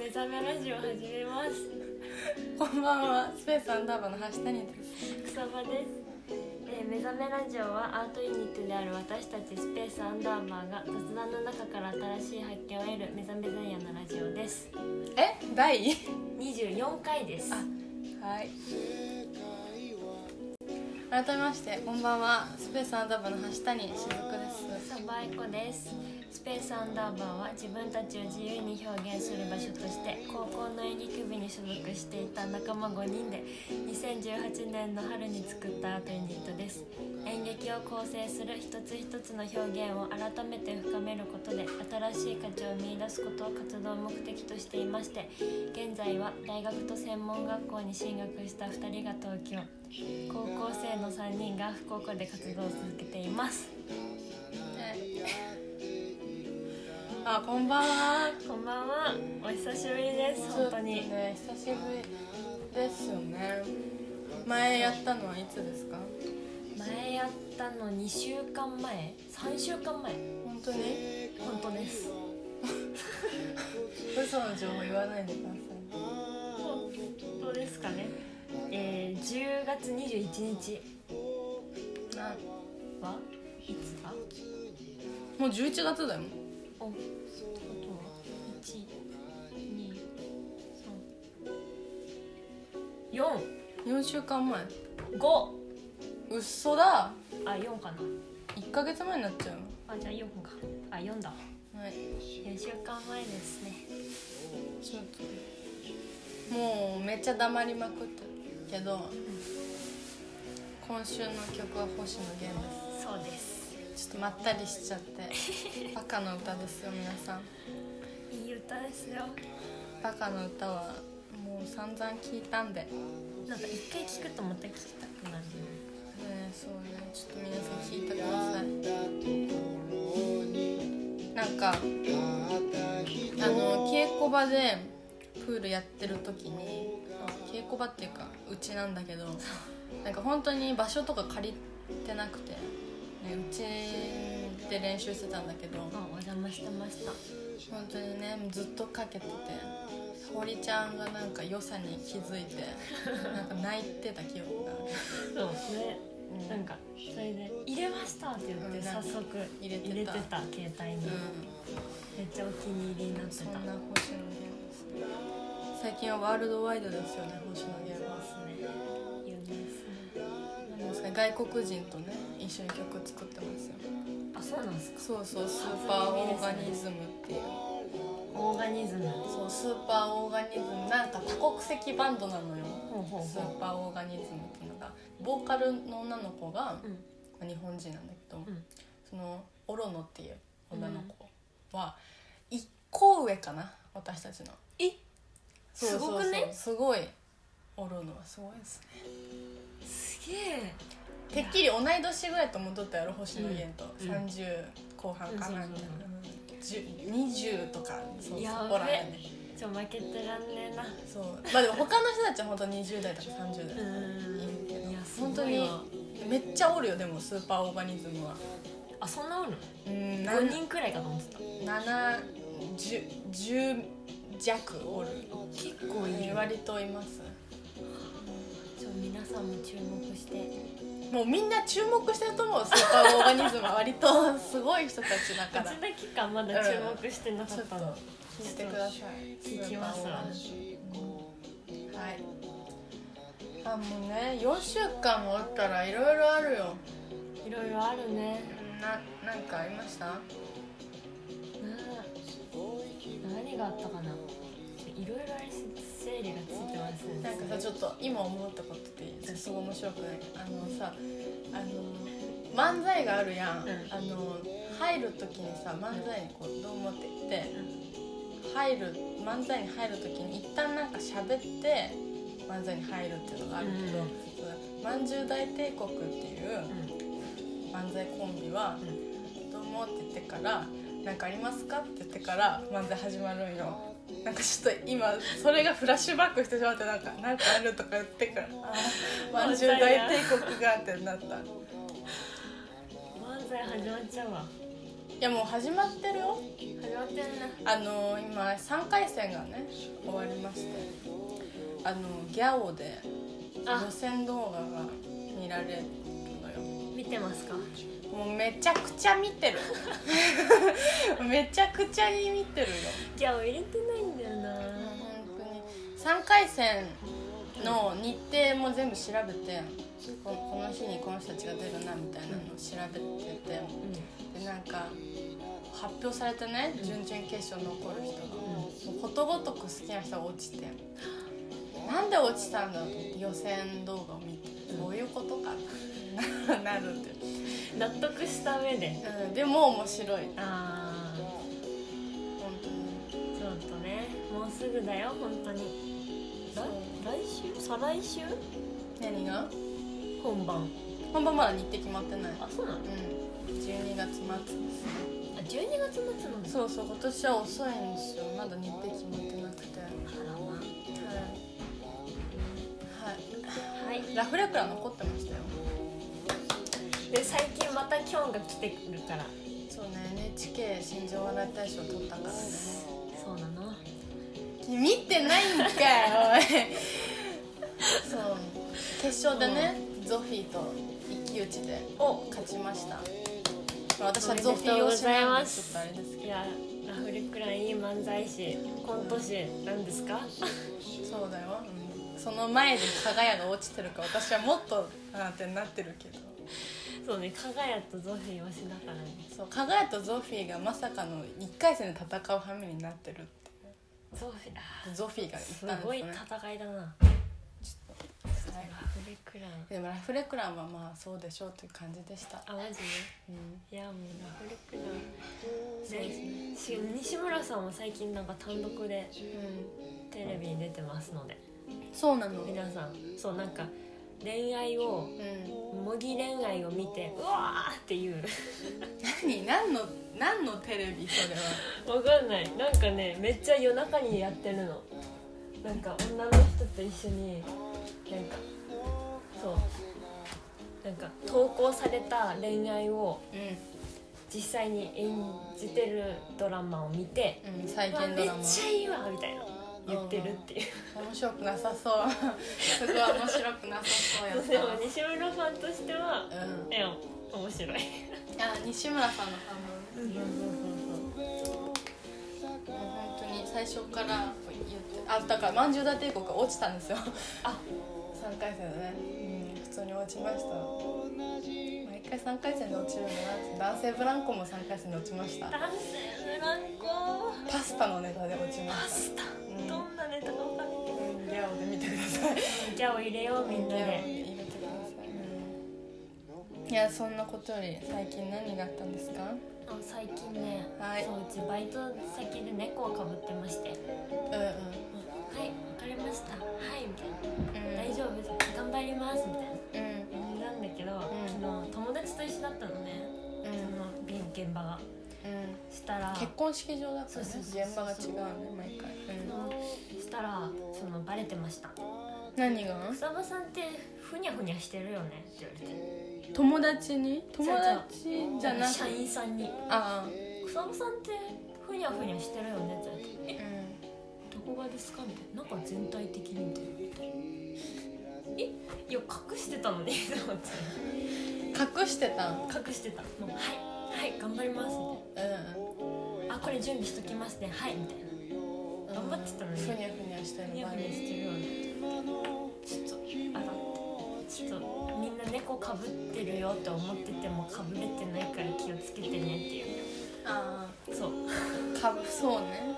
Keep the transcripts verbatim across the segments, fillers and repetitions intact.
目覚めラジオ始めます。 こんばんは、スペースアンダーバーの橋谷です。 草場です。えー、目覚めラジオはアートユニットである私たちスペースアンダーバーが雑談の中から新しい発見を得る目覚め前夜のラジオです。 え、第にじゅうよんかいです。 あ、はい。改めましてこんばんは、スペースアンダーバーの橋谷しずくです。 草場愛子です。スペースアンダーバーは自分たちを自由に表現する場所として高校の演劇部に所属していた仲間ごにんでにせんじゅうはちねんの春に作ったアートユニットです。演劇を構成する一つ一つの表現を改めて深めることで新しい価値を見出すことを活動目的としていまして、現在は大学と専門学校に進学したふたりが東京、高校生のさんにんが福岡で活動を続けています。 あ、こんばんは。 こんばんは。お久しぶりです。本当にね、久しぶりですよね。前やったのはいつですか？ 前やったのにしゅうかんまえ、さんしゅうかんまえ。 本当に？ 本当です。 嘘の情報言わないでください。 本当ですかね。えー、じゅうがつにじゅういちにちなはいつだ？ もうじゅういちがつだよ。 お、あとはいち、に、さん、よん、 よんしゅうかんまえ。 ご。 うっそだ。 あ、よんかな。 いっかげつまえになっちゃう。 あ、じゃあよんか。あ、よんだ。 はい。 よんしゅうかんまえですね。 ちょっともうめっちゃ黙りまくってるけど、うん、今週の曲は星野源です。 そうです。 ちょっとまったりしちゃってバカの歌ですよ皆さん。 いい歌ですよ。 バカの歌はもう散々聞いたんで、 なんか一回聞くとまた聞きたくなるね。そうね、ちょっと皆さん聞いてください。なんかあの稽古場でプールやってる時に、稽古場っていうかうちなんだけど、なんか本当に場所とか借りてなくて、ね、うちで練習してたんだけど、 あ、お邪魔してました。 本当にね、ずっとかけてて、堀ちゃんがなんか良さに気づいてなんか泣いてた記憶がある。 そうね、うん、なんかそれで入れましたって言って早速入れて た, 入れてた携帯に、うん、めっちゃお気に入りになってた。 そんな星野源です。最近はワールドワイドですよね、星野源は。 有名ですね。 なんですか、外国人とね一緒に曲作ってますよ。 あ、そうなんですか。 そうそう、スーパーオーガニズムっていう。 オーガニズム。 そう、スーパーオーガニズム、なんか多国籍バンドなのよ。 ほうほうほう。 スーパーオーガニズムっていうのが、ボーカルの女の子が、うん、まあ、日本人なんだけど、うん、そのオロノっていう女の子はいっこ上かな、私たちの。 え、 そうそうそう、 すごくね。 すごい。オロノはすごいですね。 すげえ。 てっきり同い年ぐらいと思っとったやろ、星野源と、うん、さんじゅうこう半かな、にじゅうとか、そう、そこらへんね。 ちょ、負けてらんねえな。 そう、まあでも他の人たちは本当ににじゅうだいとかさんじゅうだいとかいるけど、いや本当にめっちゃおるよ。でもスーパーオーガニズムは。 あ、そんなおるの？ うん、 ごにんくらいかと思ってた。 ななじゅう、じゅう弱おる。 結構いる。 割といます。 ちょ、皆さんも注目して。 もうみんな注目してると思う。スーパーオーガニズムは割とすごい人たちだから。 うちだけかまだ注目してなかったの、うん、 聞いてください。 聞きますわ。はい。 あ、もうね、よんしゅうかんもおったらいろいろあるよ。 いろいろあるね。 な、なんかありました？な、 何があったかな。いろいろあり整理がついてますね。 なんかさ、ちょっと今思ったことっていい？すごい面白くない？あのさ、あの漫才があるやん、うん、あの入る時にさ、漫才にこうどう思ってって、うん、入る漫才に入る時に一旦なんか喋って漫才に入るっていうのがあるけど、うん、まんじゅう大帝国っていう漫才コンビは、うん、どう思って言ってからなんかありますかって言ってから漫才始まるんよ。なんかちょっと今それがフラッシュバックしてしまって、なんかなんかあるとか言ってからまんじゅう大帝国がってなった。 漫才始まっちゃうわ。 いやもう始まってるよ。 始まってんね。 あの今さんかい戦がね終わりまして、あのギャオで予選動画が見られるのよ。 見てますか？ もうめちゃくちゃ見てるめちゃくちゃに見てるよ。 ギャオ入れてないんだよな。 本当にさんかい戦の日程も全部調べて、この日にこの人たちが出るなみたいなのを調べてて、うん、でなんか発表されてね、準々決勝残る人が、うん、もうことごとく好きな人が落ちて、なんで落ちたんだろうと思って予選動画を見て、どういうことかななるって納得した上で、 うん、でも面白い。 ああ本当にちょっとね、もうすぐだよ本当に。来週？再来週？ 何が？ 本番。 本番まだ日程決まってない。 あ、そうなの？ うん、じゅうにがつ末です。 あ、じゅうにがつ末なの？ そうそう、今年は遅いんですよ。まだ日程決まってなくて。 あらまあ。 はい、 はい、 ラフレクラ残ってましたよ。 で最近またキョンが来てくるから。 そうね、 エヌエイチケー 新庄笑い大賞取ったからね。 そうなの？ 見てないんかいおいそう決勝でね、ゾフィーと一騎打ちで勝ちました。私はゾフィー推しなんでちょっとあれですけど。 いや、ラフレクランいい漫才師、コント師なんですか？ そうだよ、うん、その前で加賀谷が落ちてるから私はもっとあってなってるけど。 そうね、加賀谷とゾフィー推しだからね。 そう、加賀谷とゾフィーがまさかのいっかい戦で戦う羽目になってるって。 ゾフィー、 ゾフィーが言ったんですね。 すごい戦いだな。ラフレクラン。 でもラフレクランはまあそうでしょうという感じでした。 あ、マジで、うん、いやもうラフレクラン、 そうですね。 西村さんも最近なんか単独でテレビに出てますので、 うん、そうなの。 皆さん、そうなんか恋愛を、うん、模擬恋愛を見てうわーっていう何何の何のテレビそれは。 わかんない、なんかね、めっちゃ夜中にやってるの。なんか女の人と一緒になんかそうなんか投稿された恋愛を実際に演じてるドラマを見て、 うん、最近ドラマめっちゃいいわみたいな言ってるっていう、 うん、面白くなさそうすごい面白くなさそうやった。 でも西村ファンとしては、 うん、 いや面白い。 あ、西村さんのファンも、うん、そうそうそうそう、もう本当に最初から言って、あ、だからまんじゅう大帝国が落ちたんですよ。あ、さんかい戦でね、うん、普通に落ちました。毎回さんかい戦で落ちるんだな。男性ブランコもさんかい戦で落ちました。 男性ブランコパスタのネタで落ちました。 パスタ、うん、どんなネタか分かんないけど、 うん、ギャオで見てください。 ギャオ入れようみんなで。 入れてください、うん、いや、そんなことより最近何があったんですか？ あ、最近ね、 はい、 そう、うちバイト先で猫をかぶってまして、うんうん、はい、わかりました、はいみたいな、うん、大丈夫です、頑張りますみたいな、うん、なんだけど、うん、昨日友達と一緒だったのね、うん、その現場が、うん、したら結婚式場だったね、 そうそうそうそう、 現場が違うね毎回、 うん、したらそのバレてました。 何が？ 草場さんってふにゃふにゃしてるよねって言われて。友達に？友達じゃなくて社員さんに、 ああ、 草場さんってふにゃふにゃしてるよねって言われて、え、うん、どこがですかみたいな、なんか全体的にみたいな、え、いや隠してたのにと思って。 隠してた？ 隠してた。もうはいはい頑張りますみたいな、うん、あ、これ準備しときますね、はいみたいな、頑張ってたのにふにゃふにゃしてる、 ふにゃふにゃしてるよね。ちょっとあらってちょっとみんな猫かぶってるよって思っててもかぶれてないから気をつけてねっていう。ああ、そうかぶ、そうね、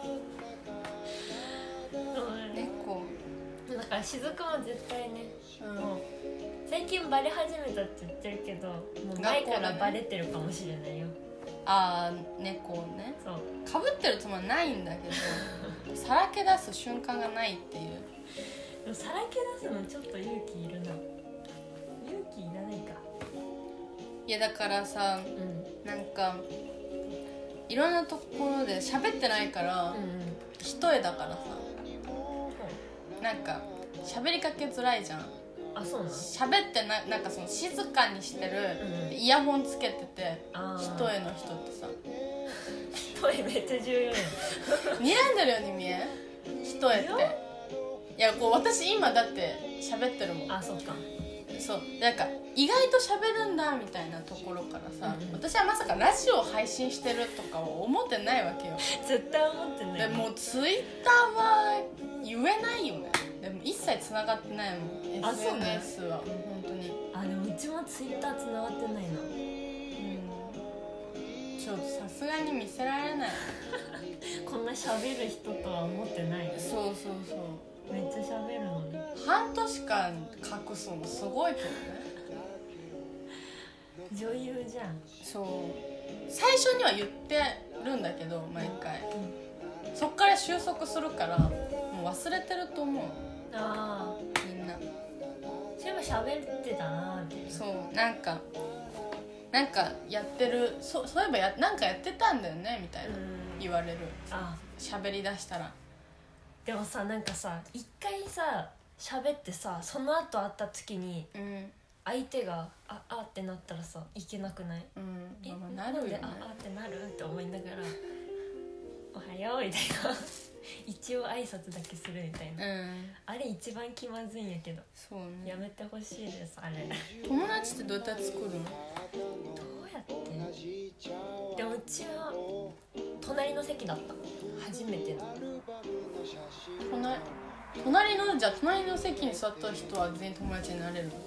そうね、 猫だから雫も絶対ね、うん、もう最近バレ始めたって言ってるけど、もう前からバレてるかもしれないよ、ね、 ああ、猫ね、そうかぶってるつもりないんだけどさらけ出す瞬間がないっていう。 でもさらけ出すのちょっと勇気いるな。勇気いらないか。 いやだからさ、うん、なんかいろんなところで喋ってないから、うんうん、一重だからさ、うん、なんか喋りかけづらいじゃん。 あ、そうなの？ 喋ってな、なんかその静かにしてる、うん、イヤホンつけてて一重の人ってさ、 声めっちゃ重要やん。 睨んでるように見え一重って。いやこう私今だって喋ってるもん。 あ、そっか。 そうなんか意外と喋るんだみたいなところからさ、うんうん、私はまさかラジオを配信してるとかは思ってないわけよ。 絶対思ってない。 でもツイッターは言えないよね。でも一切つながってないもん。 あ、そうね、 エスエヌエス はもう本当に。 あ、でもうちもツイッターつながってないな。うん、 ちょっとさすがに見せられない。 こんな喋る人とは思ってない。 そうそうそう。 めっちゃ喋るのに半年間隠すのすごいけどね。 女優じゃん。 そう最初には言ってるんだけど毎回、うん、そっから収束するからもう忘れてると思う。 ああ、 みんなそういえば喋ってたなみたいな。 そうなんかなんかやってる そ, そういえばやなんかやってたんだよねみたいな言われる。あ喋りだしたら。 でもさなんかさ一回さ喋ってさその後会った時に、うん、相手がああってなったらさいけなくない？うん、え、まあ、なるよね。ああってなるって思いながらおはようみたいな一応挨拶だけするみたいな、うん、あれ一番気まずいんやけど。そうね、やめてほしいですあれ。 友達ってどうやって作るの？どうやってでもうちは隣の席だった初めての。 隣, 隣のじゃあ隣の席に座った人は全員友達になれるの？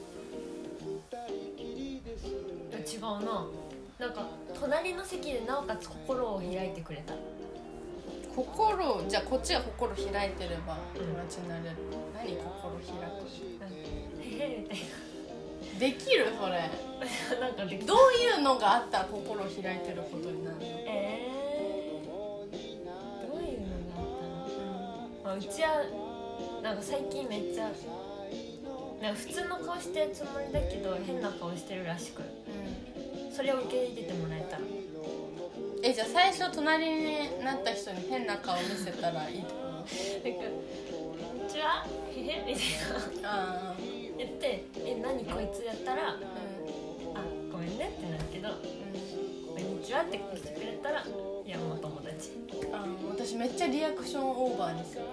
違うな。なんか隣の席でなおかつ心を開いてくれた。 心じゃあこっちが心開いてれば友達になれる、うん、何心開くへへみたいな。できるそれなんかできる。どういうのがあったら心を開いてることになるの？えー、どういうのがあったの？うん、まあ、うちはなんか最近めっちゃなんか普通の顔してるつもりだけど変な顔してるらしく、うん、それを受け入れてもらえたら。 え、じゃあ最初隣になった人に変な顔見せたらいいと思う？なんかこんにちはへへみたいなあ言ってえ何こいつやったら、うん、あごめんねってなるけど、うん、こんにちはって来てくれたらいやもう友達。 あ私めっちゃリアクションオーバーにする。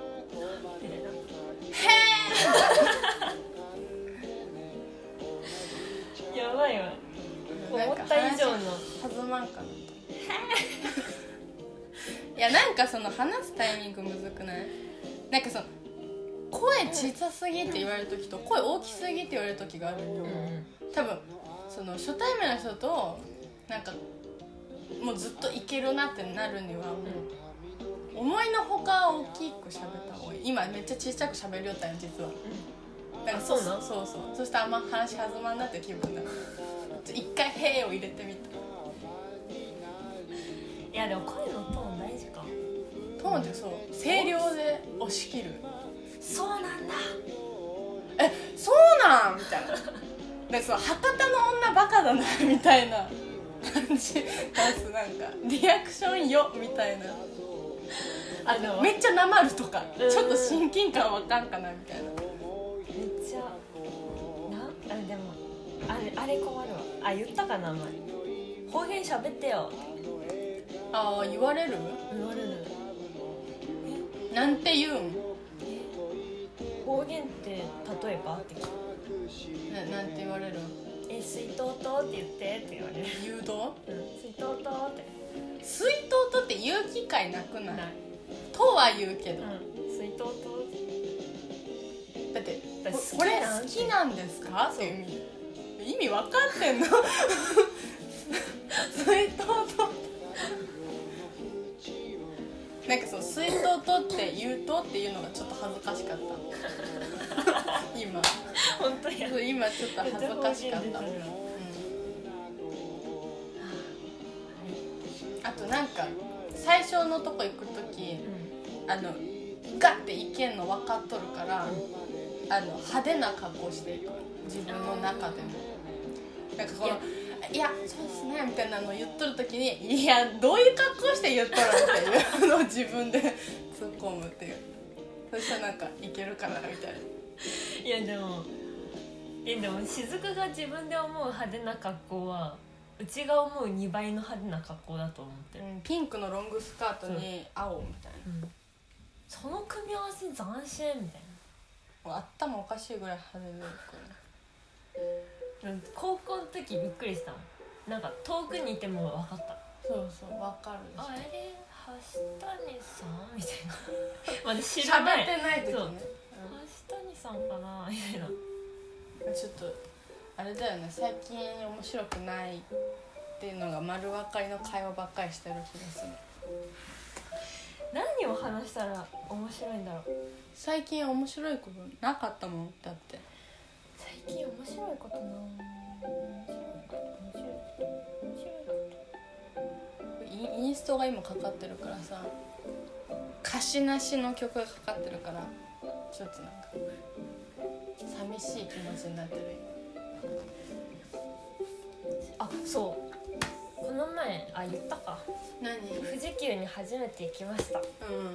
へーやばいわ。思った以上の弾まんかな。いやなんかその話すタイミングむずくない？なんかその声小さすぎって言われる時と声大きすぎって言われる時があるよ、うん、多分その初対面の人となんかもうずっといけるなってなるにはもう思いのほか大きく喋った方がいい。今めっちゃ小さく喋りよったん実は、うん、だからそうそうそうそうそしたらあんま話弾まんなって気分だ。一回「へー」を入れてみた。 いやでも声のトーン大事か。 トーンってそう声量で押し切る。 そうなんだえそうなんみたいな。なんかその博多の女バカだなみたいな感じ出す。なんかリアクションよみたいな。あのめっちゃなまるとかちょっと親近感わかんかなみたいな。めっちゃなあでもあれあれ困るわ。あ言ったかな前方言喋ってよ。 ああ言われる言われる。 なんて言うん？ 方言って例えばって聞く。 な, なんて言われる？ え水筒とって言ってって言われる。 誘導？ うん、水筒とって水筒とって言う機会なくない？ないとは言うけど、うん、 水筒とだってこれ好きなんですかっていう意味意味分かってんの？水筒となんかそう水筒とって言うとっていうのがちょっと恥ずかしかった今本当や今ちょっと恥ずかしかった、うん、あとなんか最初のとこ行く時、うん、あのガッていけんの分かっとるから、うん、あの派手な格好していく自分の中でもなんかこのいやそうですねみたいなのを言っとる時にいやどういう格好して言っとるっていうのを自分で突っ込むっていう。そしたらなんかいけるかなみたいな。 いやでもえでも雫が自分で思う派手な格好はちが思うにばいの派手な格好だと思ってる、 うん、ピンクのロングスカートに青みたいな、 うん、その組み合わせ斬新みたいな頭おかしいぐらい派手だよ、 な、うん、高校の時びっくりしたもん。なんか遠くにいても分かった。 そうそう分かるでしょ。 あれ橋谷さんみたいなまだ知らない喋ってない時ね、 そう、うん、橋谷さんかなみたいな。 ちょっとあれだよね、最近面白くないっていうのが丸分かりの会話ばっかりしてる気がする。 何を話したら面白いんだろう。 最近面白いことなかったもん。だって最近面白いことな、面白いこと面白いこと面白いことインインストが今かかってるからさ、歌詞なしの曲がかかってるからちょっとなんか寂しい気持ちになってる今。あ、そうこの前あ言ったか、 何？ 富士急に初めて行きました。 うん。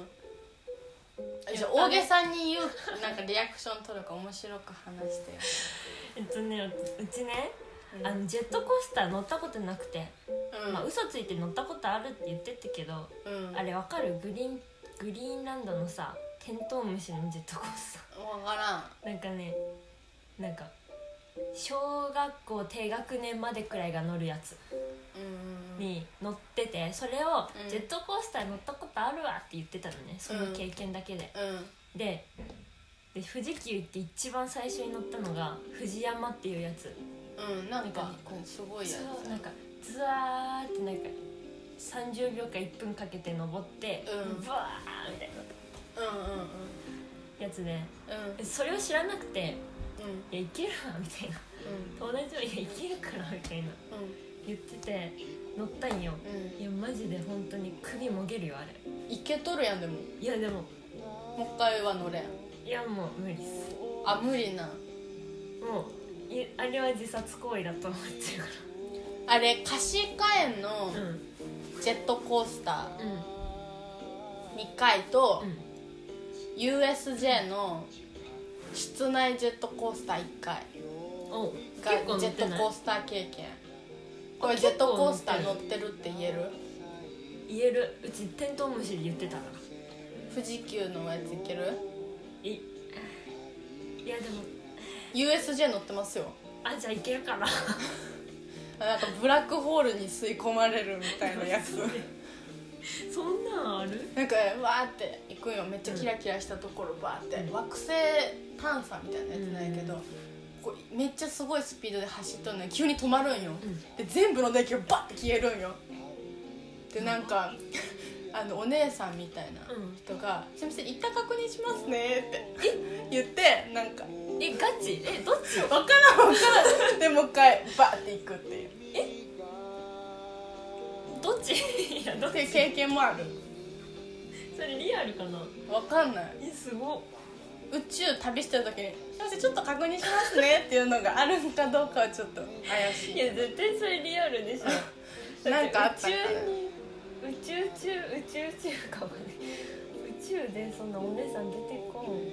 じゃあ大げさに言うなんかリアクション取るか面白く話してよ。 えっとねうちね、うん、あのジェットコースター乗ったことなくて、うん、まあ嘘ついて乗ったことあるって言ってたけど、うん、あれわかる？グリーングリーンランドのさテントウムシのジェットコースター。 わからん。なんかね、なんか小学校低学年までくらいが乗るやつに乗ってて、それをジェットコースターに乗ったことあるわって言ってたのね、その経験だけで、うん、で, で富士急って一番最初に乗ったのが富士山っていうやつ、 うん、なんかこうすごいやつ、 なんかズワーってなんかさんじゅうびょうかいっぷんかけて登って、うん、ブワーみたいな、うんうんうん、やつで、うん、それを知らなくて、うん、いやいけるわみたいな、うん、友達もいやいけるからみたいな、うん、言ってて乗ったんよ、うん、いやマジで本当に首もげるよあれ。 いけとるやん。でもいやでももう一回は乗れん。 いやもう無理っす。 あ、無理な。もういあれは自殺行為だと思ってるから。あれ貸し替えのジェットコースターにかいと、うん、ユーエスジェー の室内ジェットコースターいっかいがジェットコースター経験。これジェットコースター乗ってるって言える？ 言える。うちテントウムシで言ってたから。 富士急のやついける？ いいやでもユーエスジェー 乗ってますよ。 あ、じゃあいけるかななんかブラックホールに吸い込まれるみたいなやつそんなんある？ なんかわーって行くよ。めっちゃキラキラしたところバーって、うん、惑星探査みたいなやつなんやけど、うん、こうめっちゃすごいスピードで走っとんのに急に止まるんよ、うん、で全部の電気がバッて消えるんよ。でなんかあのお姉さんみたいな人が「すいません一旦確認しますね」って言ってなんか 「えガチ？えどっち？ 分からん分からん」でもう一回バッて行くっていう。 えどっち？いやどっち？ っていう経験もある。 それリアルかな？ 分かんない。 えすごっ。 宇宙旅してる時に「すいませんちょっと確認しますね」っていうのがあるんかどうかはちょっと怪しい。 いや絶対それリアルでしょなんかあったんかな。 宇宙中宇宙中かもね。宇宙でそんなお姉さん出てこん、うん、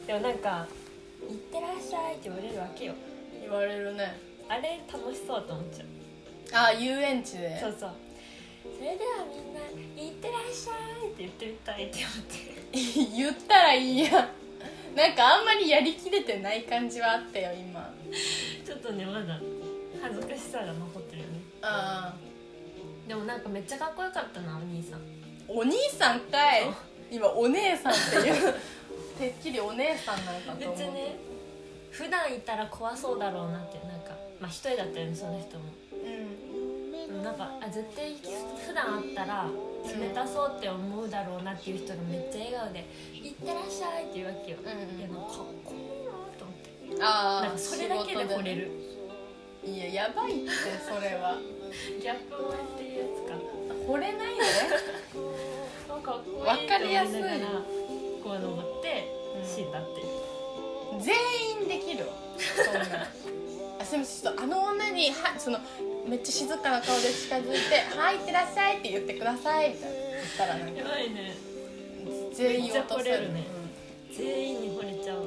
でもなんか「いってらっしゃい」って言われるわけよ。 言われるね。 あれ楽しそうと思っちゃう。 ああ遊園地で。 そうそう。それではみんな「いってらっしゃい」って言ってみたいって思って言ったらいいや。なんかあんまりやりきれてない感じはあったよ今。 ちょっとねまだ恥ずかしさが残ってるよね。ああでもなんかめっちゃかっこよかったなお兄さん。 お兄さんかい。今お姉さんっていうてっきりお姉さんなんかと思う。 別にね普段いたら怖そうだろうなってなんかまあ一人だったよねその人も。うん。なんかあ絶対普段会ったら冷たそうって思うだろうなっていう人がめっちゃ笑顔で「いってらっしゃい」って言うわけよ。うん、いやなんかかっこいいなと思って。ああなんかそれだけで惚れる。 いややばいってそれは。 ギャップ萌えっていうやつか。 惚れないね。 なんかかっこいいって思いながらこう登って死んだっていう。 全員できるそんな。あすみませんちょっとあの女にはそのめっちゃ静かな顔で近づいて「はい行ってらっしゃい」って言ってくださいみたいな言ったらなんかやばいね。 全員落とせるね、 うん、全員に惚れちゃうわ。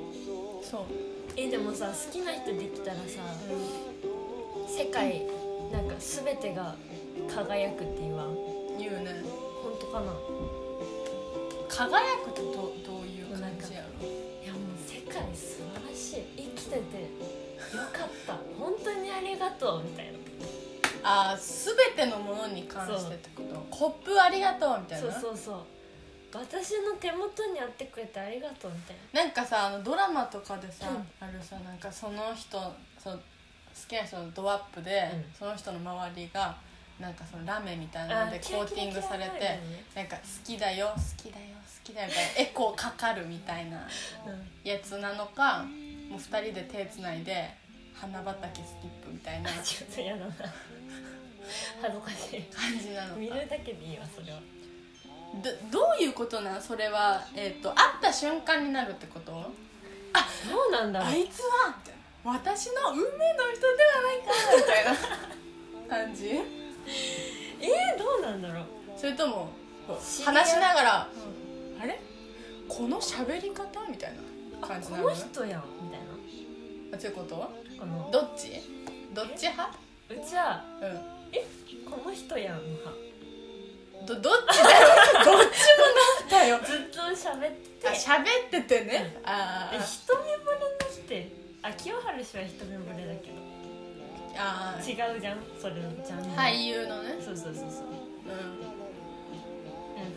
そうえでもさ好きな人できたらさ、うん、世界なんか全てが輝くって言わん？ 言うね。 本当かな。 輝くって ど, どういう感じやろ。 いやもう世界素晴らしい、生きててよかった本当にありがとうみたいな。 ああ、全てのものに関してってこと。コップありがとうみたいな。 そうそうそう、私の手元にあってくれてありがとうみたいな。 なんかさ、あのドラマとかでさ、 うん、 あるさ、なんかその人、その好きな人のドアップで、うん、その人の周りがなんかそのラメみたいなのでコーティングされて、ね、なんか好きだよ好きだよ好きだよみたいなエコーかかるみたいなやつなのか、もうふたりで手つないで花畑スキップみたいなちょっとやだな恥ずかしい感じなのか。 見るだけでいいわそれは。 ど, どういうことなんそれは、えーと、会った瞬間になるってこと？あ、 どうなんだろう、 あいつはみたいな、私の運命の人ではないかみたいな感じえー、どうなんだろう。 それとも話しながら、うん、あれこの喋り方みたいな感じなの？ この人やんみたいな。 あ、そういうこと？ このどっちどっち派？ うちは、 うん、 えこの人やんの派。 ど, どっちだよどっちもなんだよずっと喋ってあ喋っててね、 うん、あ一目惚れなしてあ清原氏は一目惚れだけどあ違うじゃんそれじゃん俳優のね。 そうそうそうそう、 うん、 うん、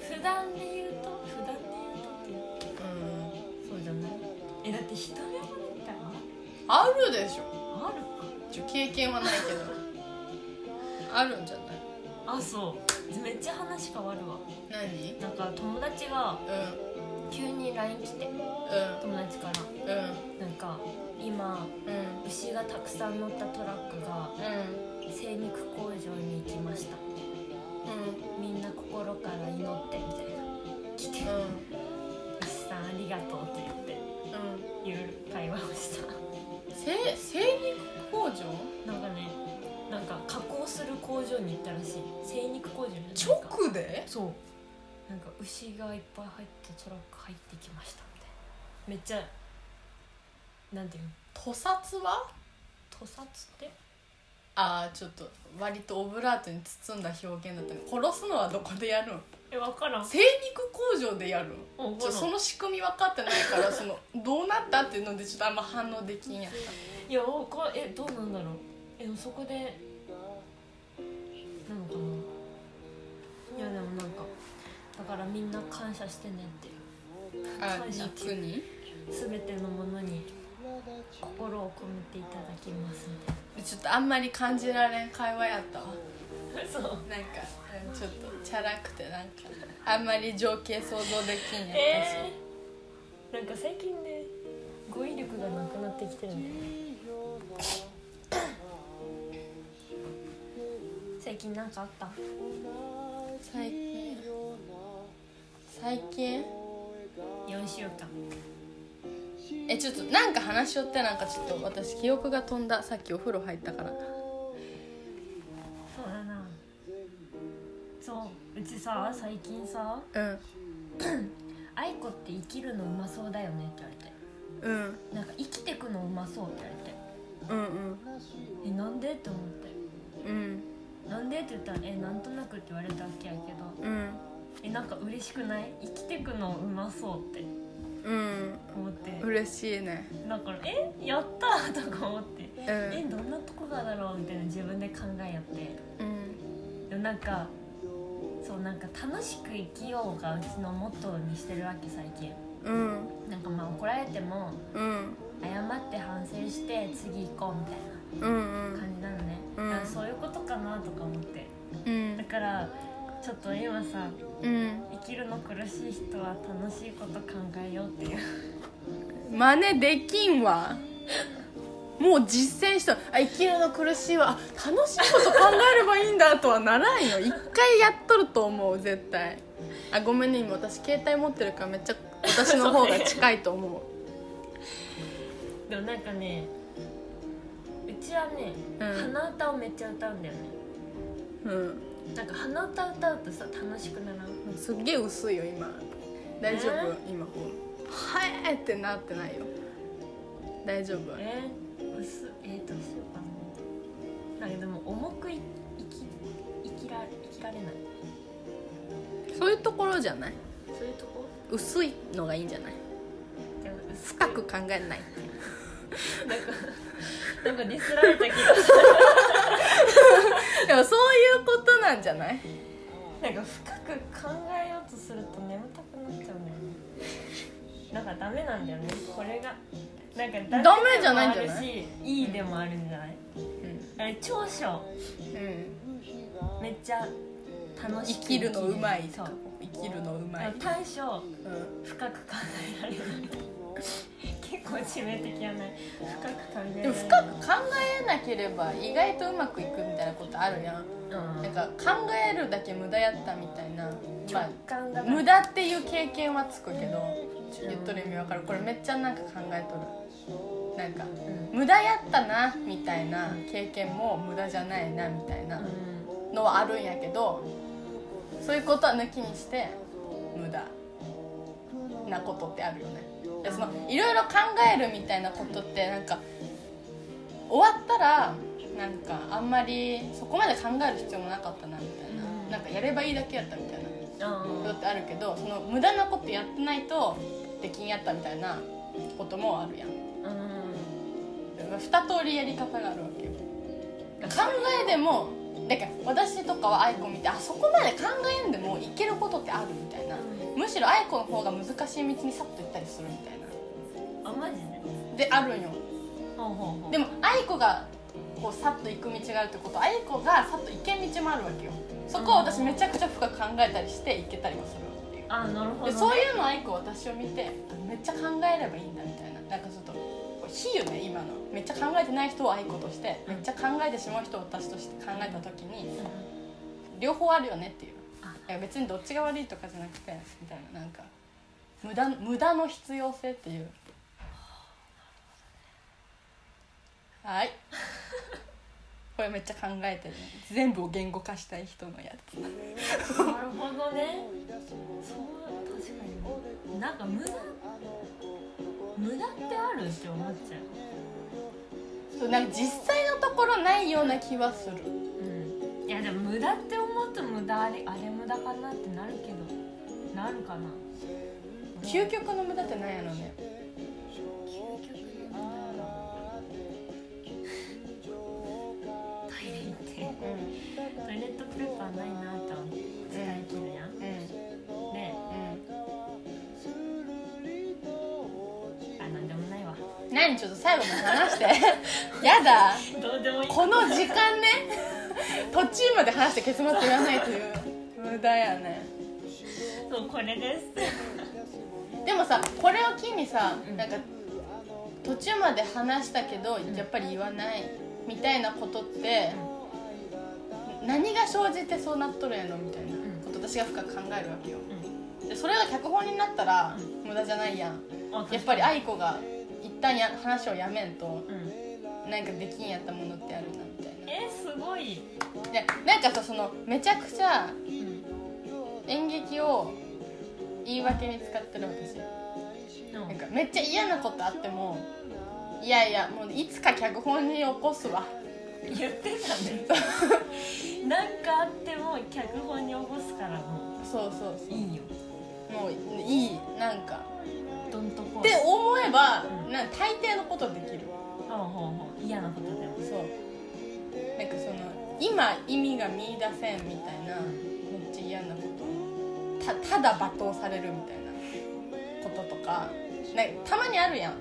普段で言うと普段で言うとっていう、うん、そうじゃない。えだって一目惚れみたいなあるでしょ。 あるかちょ経験はないけどあるんじゃない？ あ、そうめっちゃ話変わるわ。 何？ なんか友達が急に ライン 来て、うん、友達から、うん、なんか今、うん、牛がたくさん乗ったトラックが、うん、精肉工場に行きました、うん、みんな心から祈ってみたいな来て、うん、牛さんありがとうって言って、うん、いう会話をした。 精肉工場？ なんかね、なんか加工する工場に行ったらしい。精肉工場に直で？そう、 なんか牛がいっぱい入ったトラック入ってきましたみたいな。めっちゃなんていうの？ 屠殺は？ 屠殺ってああ、ちょっと割とオブラートに包んだ表現だったね。殺すのはどこでやるん？ え、分からん。 精肉工場でやるん？ちょその仕組み分かってないからそのどうなったっていうのでちょっとあんま反応できんやった。 いやこれえどうなんだろう。えそこでなのかな。いやでもなんかだからみんな感謝してねっていう。 あ、肉に全てのものに心を込めていただきますみたいな。 ちょっとあんまり感じられん会話やったわそうなんかちょっとチャラくてなんかあんまり情景想像できんやったし、 えー、なんか最近ね語彙力がなくなってきてるんだよね。最近なんかあった？ 最近最近よんしゅうかんえちょっとなんか話しよって、なんかちょっと私記憶が飛んだ。さっきお風呂入ったからそうだな。そううちさ最近さうん愛子って生きるのうまそうだよねって言われて、うんなんか生きてくのうまそうって言われて、うんうんえなんでって思って、うんなんでって言ったらえなんとなくって言われたわけやけど、うんえなんか嬉しくない？生きてくのうまそうってうん思って、 嬉しいね。 だからえやったーとか思って、うん、えどんなとこがだろうみたいな自分で考えやって、うん、でもなんかそうなんか楽しく生きようがうちのモットーにしてるわけ最近、うん、なんかまあ怒られても、うん、謝って反省して次行こうみたいな感じなのね、うんうん、だからそういうことかなとか思って、うん、だからちょっと今さ、うん、生きるの苦しい人は楽しいこと考えようっていう真似できんわもう実践した。あ生きるの苦しいわ、あ楽しいこと考えればいいんだとはならんよ。一回やっとると思う絶対。あごめんね今私携帯持ってるからめっちゃ私の方が近いと思うでもなんかねうちはね、うん、鼻歌をめっちゃ歌うんだよね。うんなんか鼻歌歌うとさ楽しくならん？ すっげえ薄いよ今。大丈夫、えー、今こうはえーってなってないよ。大丈夫？ えー、薄えー、どうしようかな。 なんかでも重くい生き生きら生きられない。 そういうところじゃない？ そういうとこ薄いのがいいんじゃない？深く考えない。 なんかなんかディスられた気がする。 でもそういうことなんじゃない？ なんか深く考えようとすると眠たくなっちゃうんだよね。なんかダメなんだよねこれが。なんかダメでもあるしいいでもあるんじゃない？うん、あれ長所、うん、めっちゃ楽しく生きるのうまい。 そう生きるのうまい。 短所、うん、深く考えられない。結構致命的やない。深く考えられない。 でも深く考えなければ意外とうまくいくみたいなことあるやん。うん、なんか考えるだけ無駄やったみたいな、まあ、無駄っていう経験はつくけど、言っとる意味わかる。これめっちゃなんか考えとる。なんか、うん、無駄やったなみたいな経験も無駄じゃないなみたいなのはあるんやけど、そういうことは抜きにして無駄なことってあるよね。でそのいろいろ考えるみたいなことってなんか終わったらなんかあんまりそこまで考える必要もなかったなみたいな、うん、なんかやればいいだけやったみたいなことってあるけど、その無駄なことやってないとできんやったみたいなこともあるやん。二通りやり方があるわけよ。考えでもだから私とかは愛子見て、あそこまで考えんでもいけることってあるみたいな、むしろ愛子の方が難しい道にさっと行ったりするみたいな。 あ、マジでであるんよ。 ほうほうほう。 でも愛子がこうさっと行く道があるってことは愛子がさっと行けん道もあるわけよ。そこを私めちゃくちゃ深く考えたりして行けたりもするっていう。 あ、なるほど、ね、 でそういうの愛子私を見てめっちゃ考えればいいんだみたいな、なんかちょっと比喩ね、今のめっちゃ考えてない人を愛子としてめっちゃ考えてしまう人を私として考えた時に、うん、両方あるよねっていう。いや別にどっちが悪いとかじゃなくてみたいな、なんか無駄、無駄の必要性っていう。はいこれめっちゃ考えてるね。全部を言語化したい人のやつ。 なるほどね。そう確かに。なんか無駄無駄ってあるって思っちゃう。 そうなんか実際のところないような気はする。 うん。いやでも無駄って思うと無駄あれあれ無駄かなってなるけど、なるかな。 究極の無駄って何やろね。 究極の無駄。トイレ行って、うん、トイレットペーパーないなって思って使い切るやん。うん、で、うん、あ、なんでもないわ。 何ちょっと最後まで話してやだどうでもいい。 この時間ね途中まで話して結末言わないという無駄やね。 そうこれですでもさこれを機にさ、うん、なんか途中まで話したけど、うん、やっぱり言わないみたいなことって、うん、何が生じてそうなっとるんやろみたいなこと私が深く考えるわけよ、うん、でそれが脚本になったら、うん、無駄じゃないやん、うん、やっぱり愛子が一旦や話をやめんと、うん、なんかできんやったものってあるなみたいな。 えー、すごい。 でなんかさそのめちゃくちゃ、うん、演劇を言い訳に使ってる私、うん、なんかめっちゃ嫌なことあってもいやいやもういつか脚本に起こすわ言ってたねなんかあっても脚本に起こすからもうそうそうそういいよもういいなんかどんとこって思えば、うん、なんか大抵のことできる。 ほうほうほう嫌なことでもそうなんかその今意味が見出せんみたいな、うん、めっちゃ嫌なことた, ただ罵倒されるみたいなこととかなんかたまにあるやん、うん、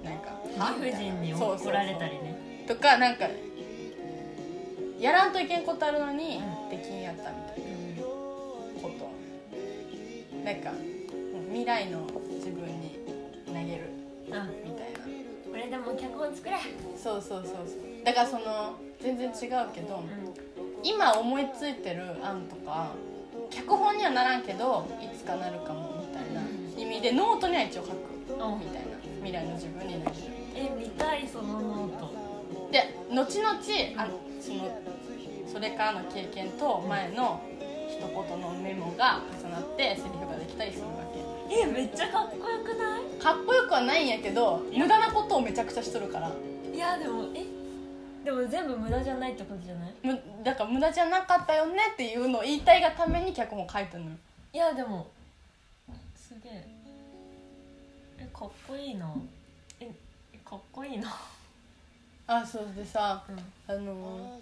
なんか理不尽に怒られたりねとかなんかやらんといけんことあるのに、うん、できんやったみたいなこと、うん、なんか未来の自分に投げるみたいな。 これでも脚本作れ。 そうそうそうそうだからその全然違うけど、うん、今思いついてる案とか脚本にはならんけどいつかなるかもみたいな意味でノートには一応書くみたいな未来の自分に投げる。 え見たいそのノートで後々あのそのそれからの経験と前の一言のメモが重なってセリフができたりするわけ。 えめっちゃかっこよくない？ かっこよくはないんやけど無駄なことをめちゃくちゃしとるから。 いやでもえでも全部無駄じゃないってことじゃない？ むだから無駄じゃなかったよねっていうのを言いたいがために脚本書いてるのよ。 いやでもすげええかっこいいな。えかっこいいな。 あ、そうでさ、 うん、 あの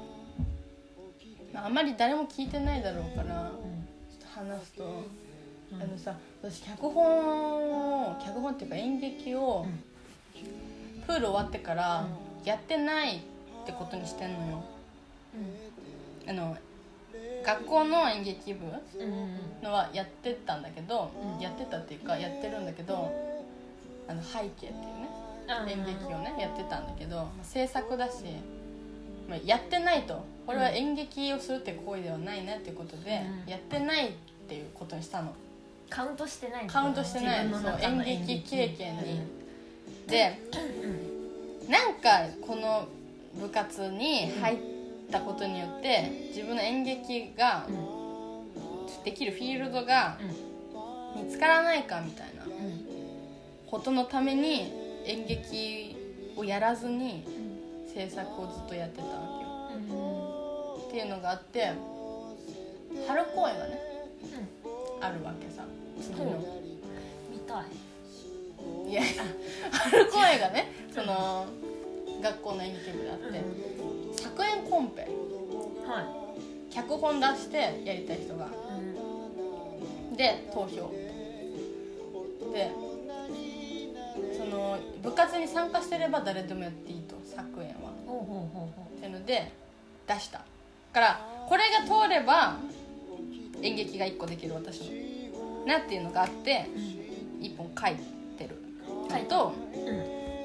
ー、あんまり誰も聞いてないだろうから、うん、ちょっと話すと、うん、あのさ、私脚本を脚本っていうか演劇を、うん、プール終わってからやってないってことにしてんのよ、うん、あの学校の演劇部のはやってたんだけど、うん、やってたっていうかやってるんだけど、あの背景っていうね演劇をねやってたんだけど、制作だしやってないと、これは演劇をするって行為ではないねっていうことで、うん、やってないっていうことにしたの。 カウントしてないカウントしてないそう演劇経験に、うん、で、うん、なんかこの部活に入ったことによって自分の演劇ができるフィールドが見つからないかみたいなことのために演劇をやらずに制作をずっとやってたわけよ、うん、っていうのがあって、春公演がね、うん、あるわけさ。次の見たい。 いやいや春公演がね、その学校の演劇部であって、うん、作演コンペ、はい、脚本出してやりたい人が、うん、で投票で、その部活に参加してれば誰でもやっていいと、作演はほうほうほうほうっていうので出したからこれが通れば演劇がいっこできる私のなっていうのがあって、うん、いっぽん書いてる書いと、うん、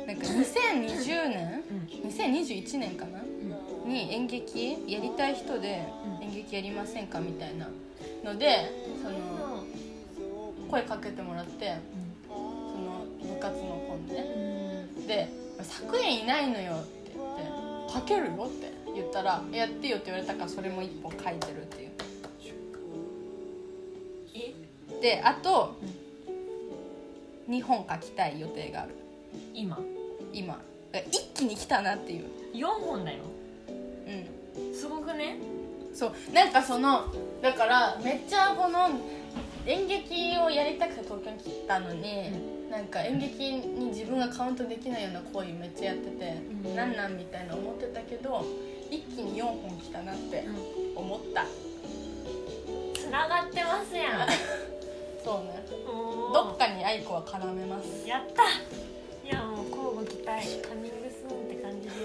なんかにせんにじゅうねん、うん、にせんにじゅういちねんかな、うん、に演劇やりたい人で演劇やりませんかみたいなので、その声かけてもらって、その部活の子にね、うん、で作演いないのよって言って書けるよって言ったらやってよって言われたからそれもいっぽん書いてるっていう。であと、うん、にほん書きたい予定がある。 今今一気に来たなっていう。 よんほんだよ。うんすごくね。 そうなんかそのだからめっちゃこの演劇をやりたくて東京に来たのに、うん、なんか演劇に自分がカウントできないような行為めっちゃやってて、うん、なんなんみたいな思ってたけど一気によんほん来たなって思った、 つながってますやんそうね、どっかに愛子は絡めます。 やった。いやもう交互期待、カミングスーンって感じです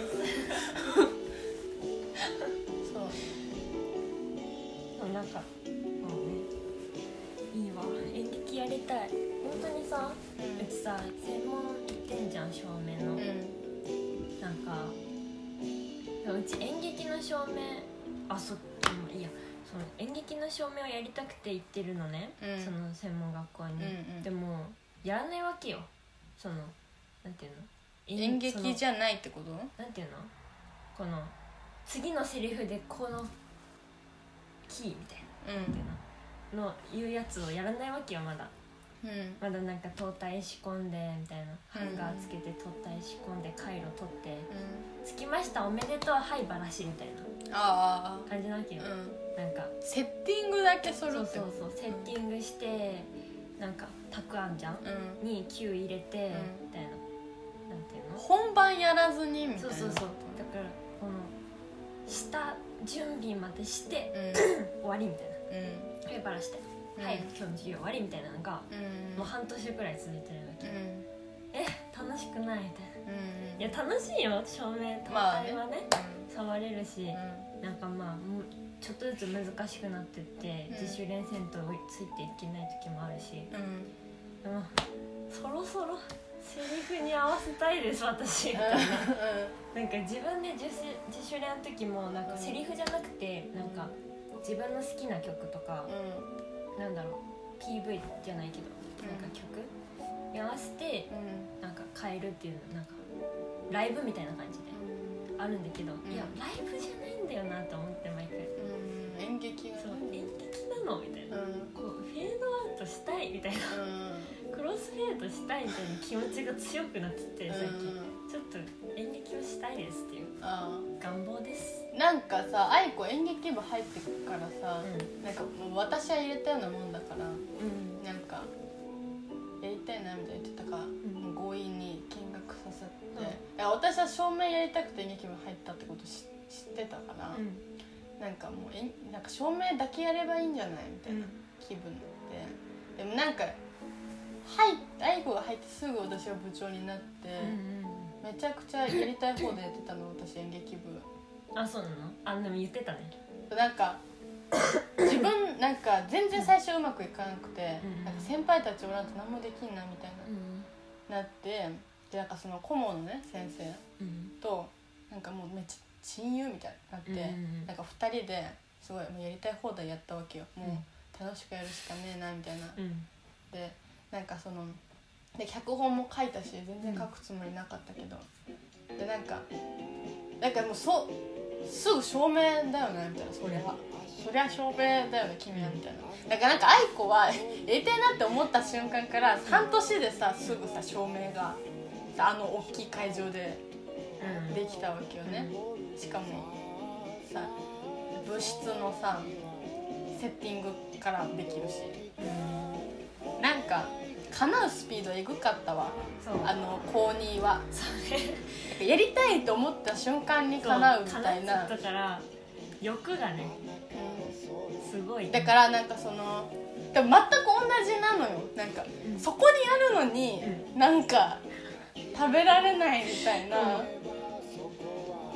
そうなんかもうねいいわ、演劇やりたい。本当にさ、うん、うちさ専門行ってんじゃん、照明の、うん、なんかうち演劇の照明、あそっいいやその演劇の照明をやりたくて行ってるのね、うん、その専門学校に、うんうん、でもやらないわけよ。そのなんていうの、 演劇じゃないってこと？ なんていうの、この次のセリフでこのキーみたいな、うん、っていうのの言うやつをやらないわけよまだ、うん、まだなんか灯体仕込んでみたいな、ハンガーつけて灯体仕込んで回路取って、うん、着きましたおめでとうはいバラしみたいな感じなわけよ、うん、なんかセッティングだけするってこと？ そうそうそう、セッティングしてなんかたくあんじゃん、うん、にキュー入れて、うん、みたいな、なんていうの、 本番やらずにみたいな。 そうそうそう、だからこの下準備までして、うん、終わりみたいな、うん、はいバラして、うん、はい今日の授業終わりみたいなのが、うん、もう半年くらい続いてるわけ、うん、え楽しくないみたいな、うん、いや楽しいよ照明灯体はね、まあね、うん、触れるし、うん、なんかまあちょっとずつ難しくなってって、うん、自主練せんとついていけない時もあるし、うん、でもそろそろセリフに合わせたいです私みたいな、うん、なんか自分で自主、自主練の時もなんかセリフじゃなくて、なんか自分の好きな曲とか、うん、なんだろう ピーブイ じゃないけど、うん、なんか曲に合わせて、うん、なんか変えるっていうの、なんかライブみたいな感じであるんだけど、うん、いやライブじゃないんだよなと思って毎回、 うん、演劇が、ね、 そう演劇なのみたいな、うん、こうフェードアウトしたいみたいな、うん、クロスフェードしたいみたいな気持ちが強くなってて最近、うん、ちょっと演劇をしたいですっていうあ願望です。 なんかさ、愛子演劇部入ってからさ、 うん、 なんか私は入れたようなもんだから、 うん、 なんかやりたいなみたいな言ってたから、 うん、 強引に見学させて、うん、いや私は照明やりたくて演劇部入ったってこと知ってたから、うん、なんかもうえなんか照明だけやればいいんじゃないみたいな気分で、うん、でもなんかはい愛子が入ってすぐ私は部長になって、うんうん、めちゃくちゃやりたい方でやってたの私演劇部。 あ、そうなの？あ、でも言ってたね。 なんか自分なんか全然最初うまくいかなくて、うん、なんか先輩たちおらんと何もできんなみたいな、うん、なってでなんかその顧問のね先生となんかもうめっちゃ親友みたいになって、うん、なんかふたりですごいもうやりたい放題やったわけよ。もう楽しくやるしかねえなみたいな、うん、でなんかそので脚本も書いたし全然書くつもりなかったけど、うん、でなんかなんかもうそうすぐ照明だよねみたいな、そりゃそりゃ照明だよね君はみたいな。だからなんか愛子はやりたいなって思った瞬間から半年でさすぐさ照明があの大きい会場でできたわけよね。しかもさ部室のさセッティングからできるし、なんか叶うスピードエグかったわ。あの高にはそう、ね、やりたいと思った瞬間に叶うみたいな。 だから欲がね、うん、すごい。 だからなんかそのでも全く同じなのよ。なんか、うん、そこにやるのに、うん、なんか食べられないみたいな、うん、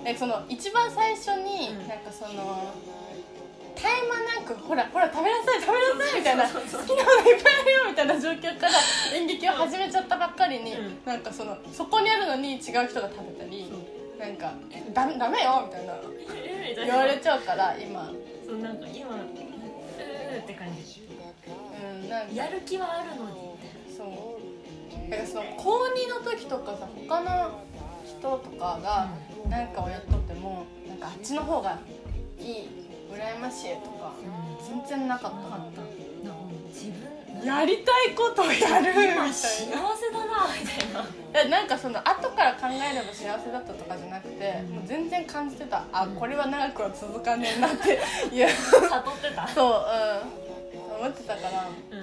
なんかその一番最初に、うん、なんかその絶え間なくほらほら食べなさい食べなさいみたいな、好きなものいっぱいあるよみたいな状況から演劇を始めちゃったばっかりに、うん、なんかそのそこにあるのに違う人が食べたり、うん、なんかダメダメよみたいな言われちゃうから今そうなんか今うーって感じ、 うん、なんかやる気はあるのにそうだからその高にの時とかさ他の人とかがなんかをやっとってもなんかあっちの方がいい羨ましいとか、うん、全然なかった。なかった。自分やりたいことをやるみたいな。幸せだなみたいな。なんかその後から考えれば幸せだったとかじゃなくて、うん、もう全然感じてた。あ、これは長くは続かねえなっていや悟ってた。 そう、うん、思ってたから。うん、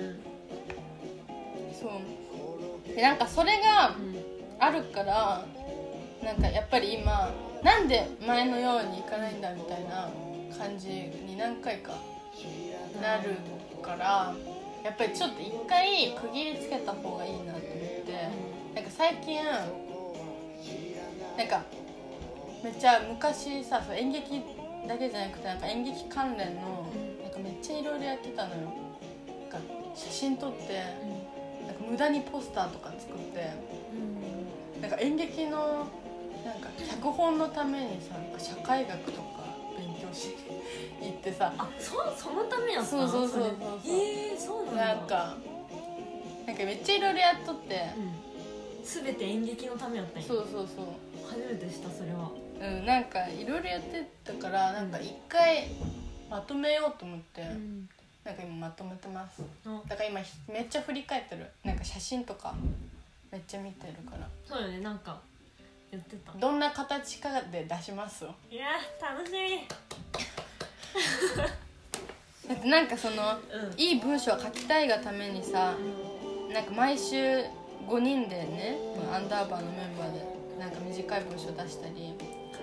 そう。でなんかそれがあるから、なんかやっぱり今なんで前のようにいかないんだみたいな。感じに何回かなるからやっぱりちょっと一回区切りつけた方がいいなと思って、なんか最近なんかめっちゃ昔さそう演劇だけじゃなくてなんか演劇関連のなんかめっちゃいろいろやってたのよ。なんか写真撮ってなんか無駄にポスターとか作ってなんか演劇のなんか脚本のためにさなんか社会学とか勉強し行ってさあ、そ, そのためやったそうそうそうそうへえー、そうなんだ。 なんかなんかめっちゃいろいろやっとって、 うん、全て演劇のためやったんや。 そうそうそう初めてしたそれは。 うん、なんかいろいろやってたからなんか一回まとめようと思って、うん、なんか今まとめてます、うん、だから今めっちゃ振り返ってる。なんか写真とかめっちゃ見てるから。 そうよね、なんか言ってた。 どんな形かで出しますよ。 いや楽しみだってなんかその、うん、いい文章を書きたいがためにさ、うん、なんか毎週ごにんでね、うん、アンダーバーのメンバーでなんか短い文章出したり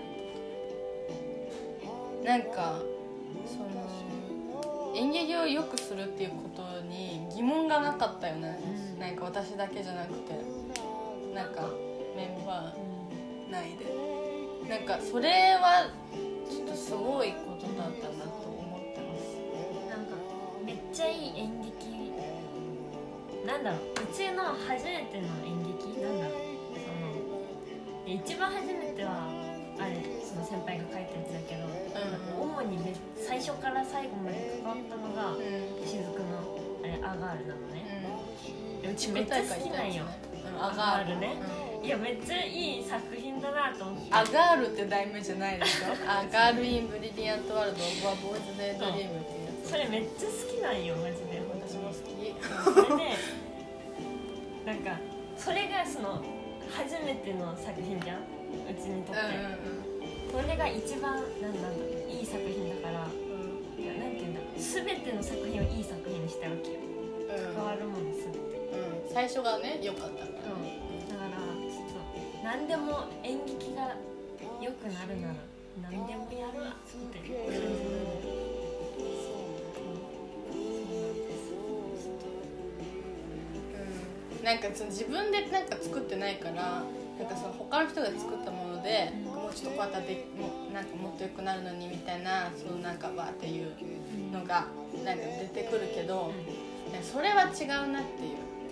なんかその演劇を良くするっていうことに疑問がなかったよね、うん、なんか私だけじゃなくてなんかメンバー内でなんかそれはちょっとすごいことだったなと思ってます。 なんかめっちゃいい演劇なんだろう、うちの初めての演劇なんだろう、その一番初めてはあれその先輩が書いたやつだけど、うん、主にめ最初から最後まで関わったのが、うん、雫のあれアガールなのね、うん、うちめっちゃ好きなんよ、うん、アガールね、うん、いやめっちゃいい作品だなと思って。 アガールって題名じゃないでしょアガールインブリリアントワールドオブアボーイズデイドリームっていうやつ。 それめっちゃ好きなんよマジで。 私も好き。 それでなんかそれがその初めての作品じゃん。 うちにとって、 うんうんうん、 それが一番なんだろういい作品だから、うん、いやなんていうんだろう全ての作品をいい作品にしたわけよ、うん、変わるもの全て、 うん、最初がね良かったから、 うん、だからちょっと何でも演劇が良くなるなら何でもやるわって感じなので、 なんかその自分でなんか作ってないから、なんかその他の人が作ったもので、うん、もうちょっとこうやったらでもなんかもっと良くなるのにみたいな、そのなんかわーっていうのがなんか出てくるけど、うん、それは違うなっていう、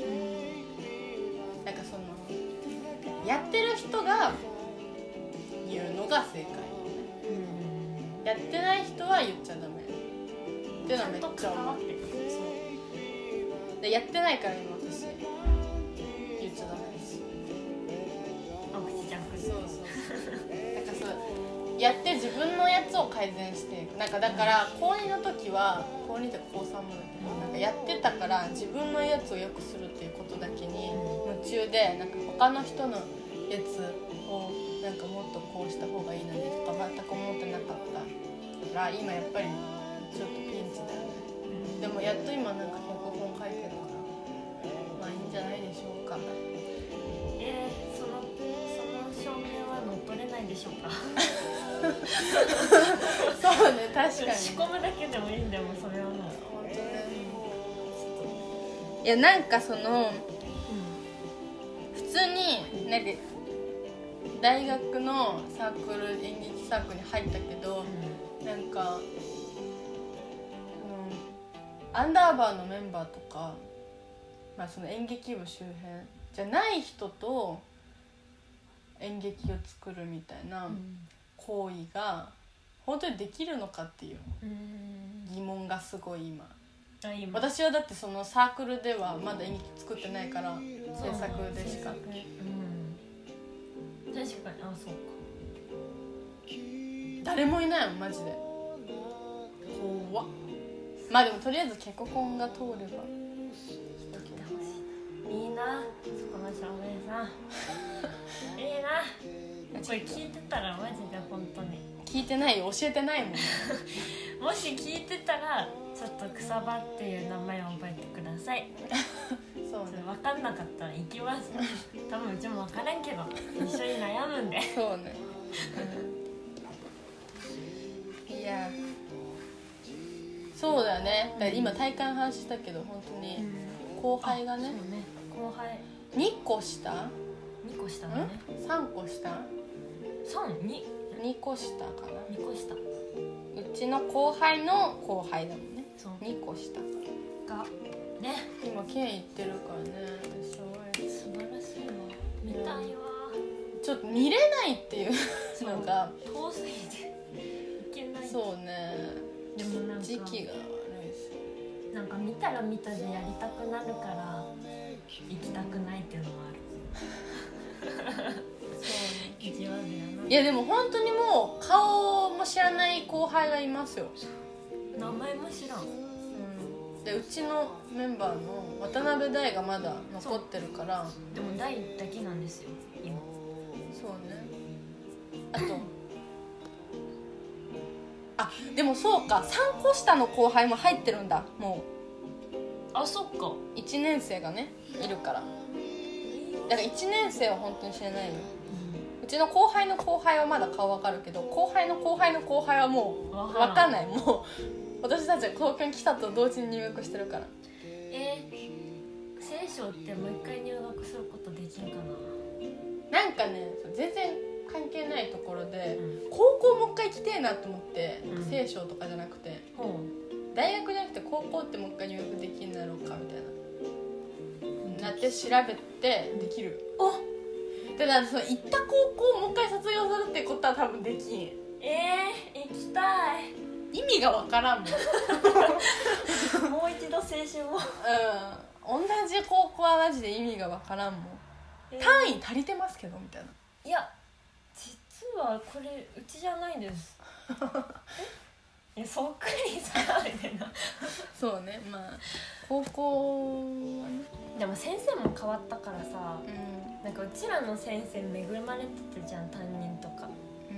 うん、なんかそのやってる人が言うのが正解、うん、やってない人は言っちゃダメっていうのはめっちゃ思ってる。そうでやってないから今私言っちゃダメです。 お口ちゃんくそうそうそうなんかそうやって自分のやつを改善していく。なんかだから高にの時は高にって高さんもだけど、なんかやってたから自分のやつを良くするっていうことだけに夢中で、なんか他の人のやつをなんかもっとこうした方がいいのにとか全く思ってなかったから、今やっぱりちょっとピンチだよね。でもやっと今なんか脚本書いてるから、まあいいんじゃないでしょうか。 えー、そのその証明は乗っ取れないでしょうかそうね、確かに仕込むだけでもいいんだよ、もうそれはもう本当ね。いやなんかその、うん、普通になんか大学のサークル演劇サークルに入ったけど、うん、なんか、うん、アンダーバーのメンバーとか、まあ、その演劇部周辺じゃない人と演劇を作るみたいな行為が本当にできるのかっていう疑問がすごい 今, 今私はだってそのサークルではまだ演劇作ってないから制作でしか、 うん、確かに、あ、そうか、 誰もいないもんマジで怖っ。まあでもとりあえず脚本が通ればいいな、そこの照明さんいいな。これ聞いてたらマジで本当に聞いてないよ、教えてないもんもし聞いてたらちょっと草場っていう名前を覚えてくださいそうね、分かんなかったら行きます多分うちも分からんけど一緒に悩むんでそうねいやそうだよね。だから今体感話したけど本当に後輩が ね,、うん、 そうね、後輩にこ下にこ下だね、 さんこ下さん、ににこ下かな、 にこ下、うちの後輩の後輩だもんね。そうにこ下がね、 今県行ってるからね、すごい素晴らしいわ、見たいわ、 ちょっと見れないっていうのが遠すぎていけない。 そうね、 でもなんか時期が悪いし、 なんか見たら見たでやりたくなるから行きたくないっていうのもあるそう意地悪やな。 いやでも本当にもう顔も知らない後輩がいますよ。 名前も知らん、うん、 でうちのメンバーの渡辺大がまだ残ってるから。 でも大だけなんですよ今。 そうね、あとあでもそうか、さんこ下の後輩も入ってるんだもう。 あ、そっか、 いちねん生がねいるから、だからいちねん生は本当に知らないよ、うん、うちの後輩の後輩はまだ顔わかるけど、後輩の後輩の後輩はもうわかんない。もう私たちが東京に来たと同時に入学してるから。 えー、聖書ってもう一回入学することできるかな。なんかね全然関係ないところで、うん、高校もう一回来てえなと思って、うん、聖書とかじゃなくて、うん、大学じゃなくて高校ってもう一回入学できるんだろうかみたいな、うん、なって調べてできる。おだからその行った高校をもう一回卒業するってことは多分できん。 えー、行きたい。 意味がわからんもんもう一度青春をうん同じ高校はマジで意味がわからんもん、えー、単位足りてますけどみたいな。 いや実はこれうちじゃないですえそっくりさみたいなそうね、まあ高校はね。 でも先生も変わったからさ、 うん、 なんかうちらの先生恵まれてたじゃん、担任とか、 うん、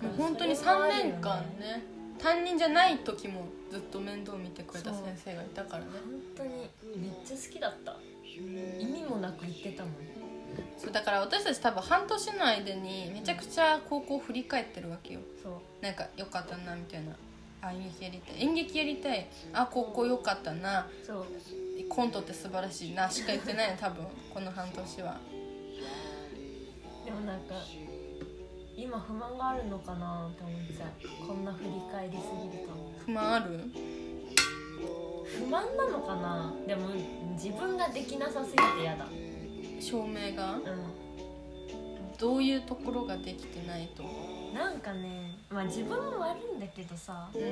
もう本当にさんねんかんね、担任じゃない時もずっと面倒見てくれた先生がいたからね。 本当にめっちゃ好きだった。意味もなく言ってたもん。 そうだから私たち多分半年の間にめちゃくちゃ高校振り返ってるわけよ。 そうなんか良かったなみたいな、あ演劇やりたい演劇やりたい、あ高校良かったな、 そうコントって素晴らしいなしか言ってないの多分この半年は。 でもなんか今不満があるのかなって思っちゃう。こんな振り返りすぎると。 不満ある？ 不満なのかな。でも自分ができなさすぎて嫌だ。 照明が、 うどういうところができてないと？ なんかね、まあ自分も悪いんだけどさ、 うん、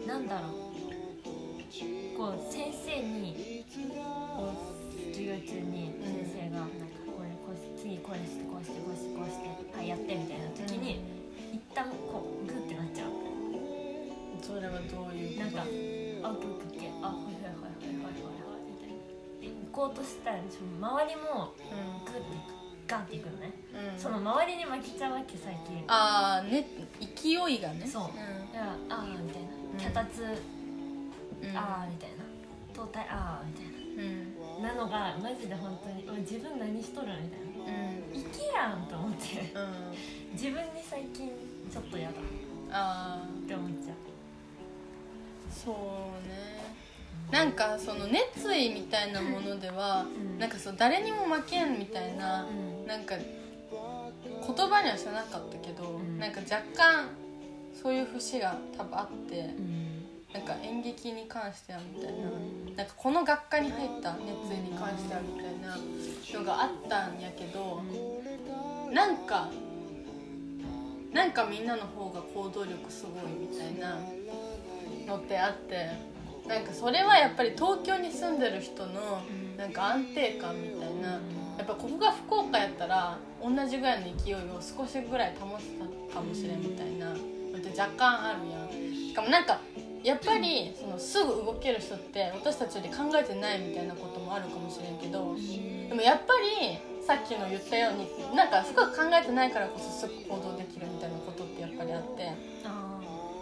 なんだろう、こう先生にこう授業中に先生がなんかこれこう次これしてこうしてこうしてこうしてあやってみたいな時に、うん、一旦こうグッてなっちゃう。 それはどういうこと？ なんかあグッグッあはいはいはいはいはいはいみたいなで行こうとしたらその周りもグッてガンっていくのね、うん、その周りに負けちゃうわけ最近。 ああね、勢いがね。 そう、うん、だからあーみたいな、脚立、うん、あーみたいな、胴体あーみたいな、うん、なのがマジで本当に自分何しとるみたいな、うん、いけやんと思って、うん、自分に最近ちょっとやだあって思っちゃう。 そうね、なんかその熱意みたいなものでは、うん、なんかそう誰にも負けんみたいな、うん、なんか言葉にはしてなかったけど、うん、なんか若干そういう節が多分あって、うん、なんか演劇に関してはみたいな、うん、なんかこの学科に入った熱意に関してはみたいなのがあったんやけど、うん、なんかなんかみんなの方が行動力すごいみたいなのってあって、なんかそれはやっぱり東京に住んでる人のなんか安定感みたいな、やっぱここが福岡やったら同じぐらいの勢いを少しぐらい保ってたかもしれんみたいなのって若干あるやん。しかもなんかやっぱりそのすぐ動ける人って私たちより考えてないみたいなこともあるかもしれんけど、でもやっぱりさっきの言ったようになんか深く考えてないからこそすぐ行動できるみたいなことってやっぱりあって、 あ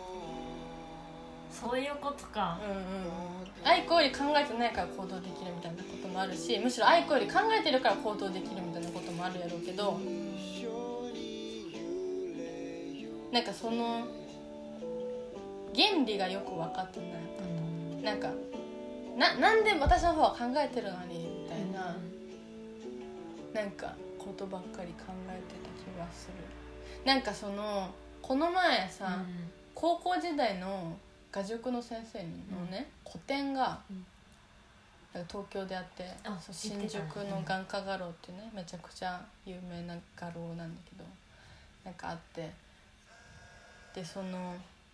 そういうことか。 うんうんうん。愛子より考えてないから行動できるみたいなこともあるし、むしろ愛子より考えてるから行動できるみたいなこともあるやろうけど、なんかその原理がよく分かってない、うん、なんか な, なんで私の方は考えてるのにみたいな、うん、なんかことばっかり考えてた気がする。なんかそのこの前さ、うん、高校時代の画塾の先生のね、うん、個展が、うん、東京であって、あ新宿の眼科画廊っていうねめちゃくちゃ有名な画廊なんだけどなんかあって、でその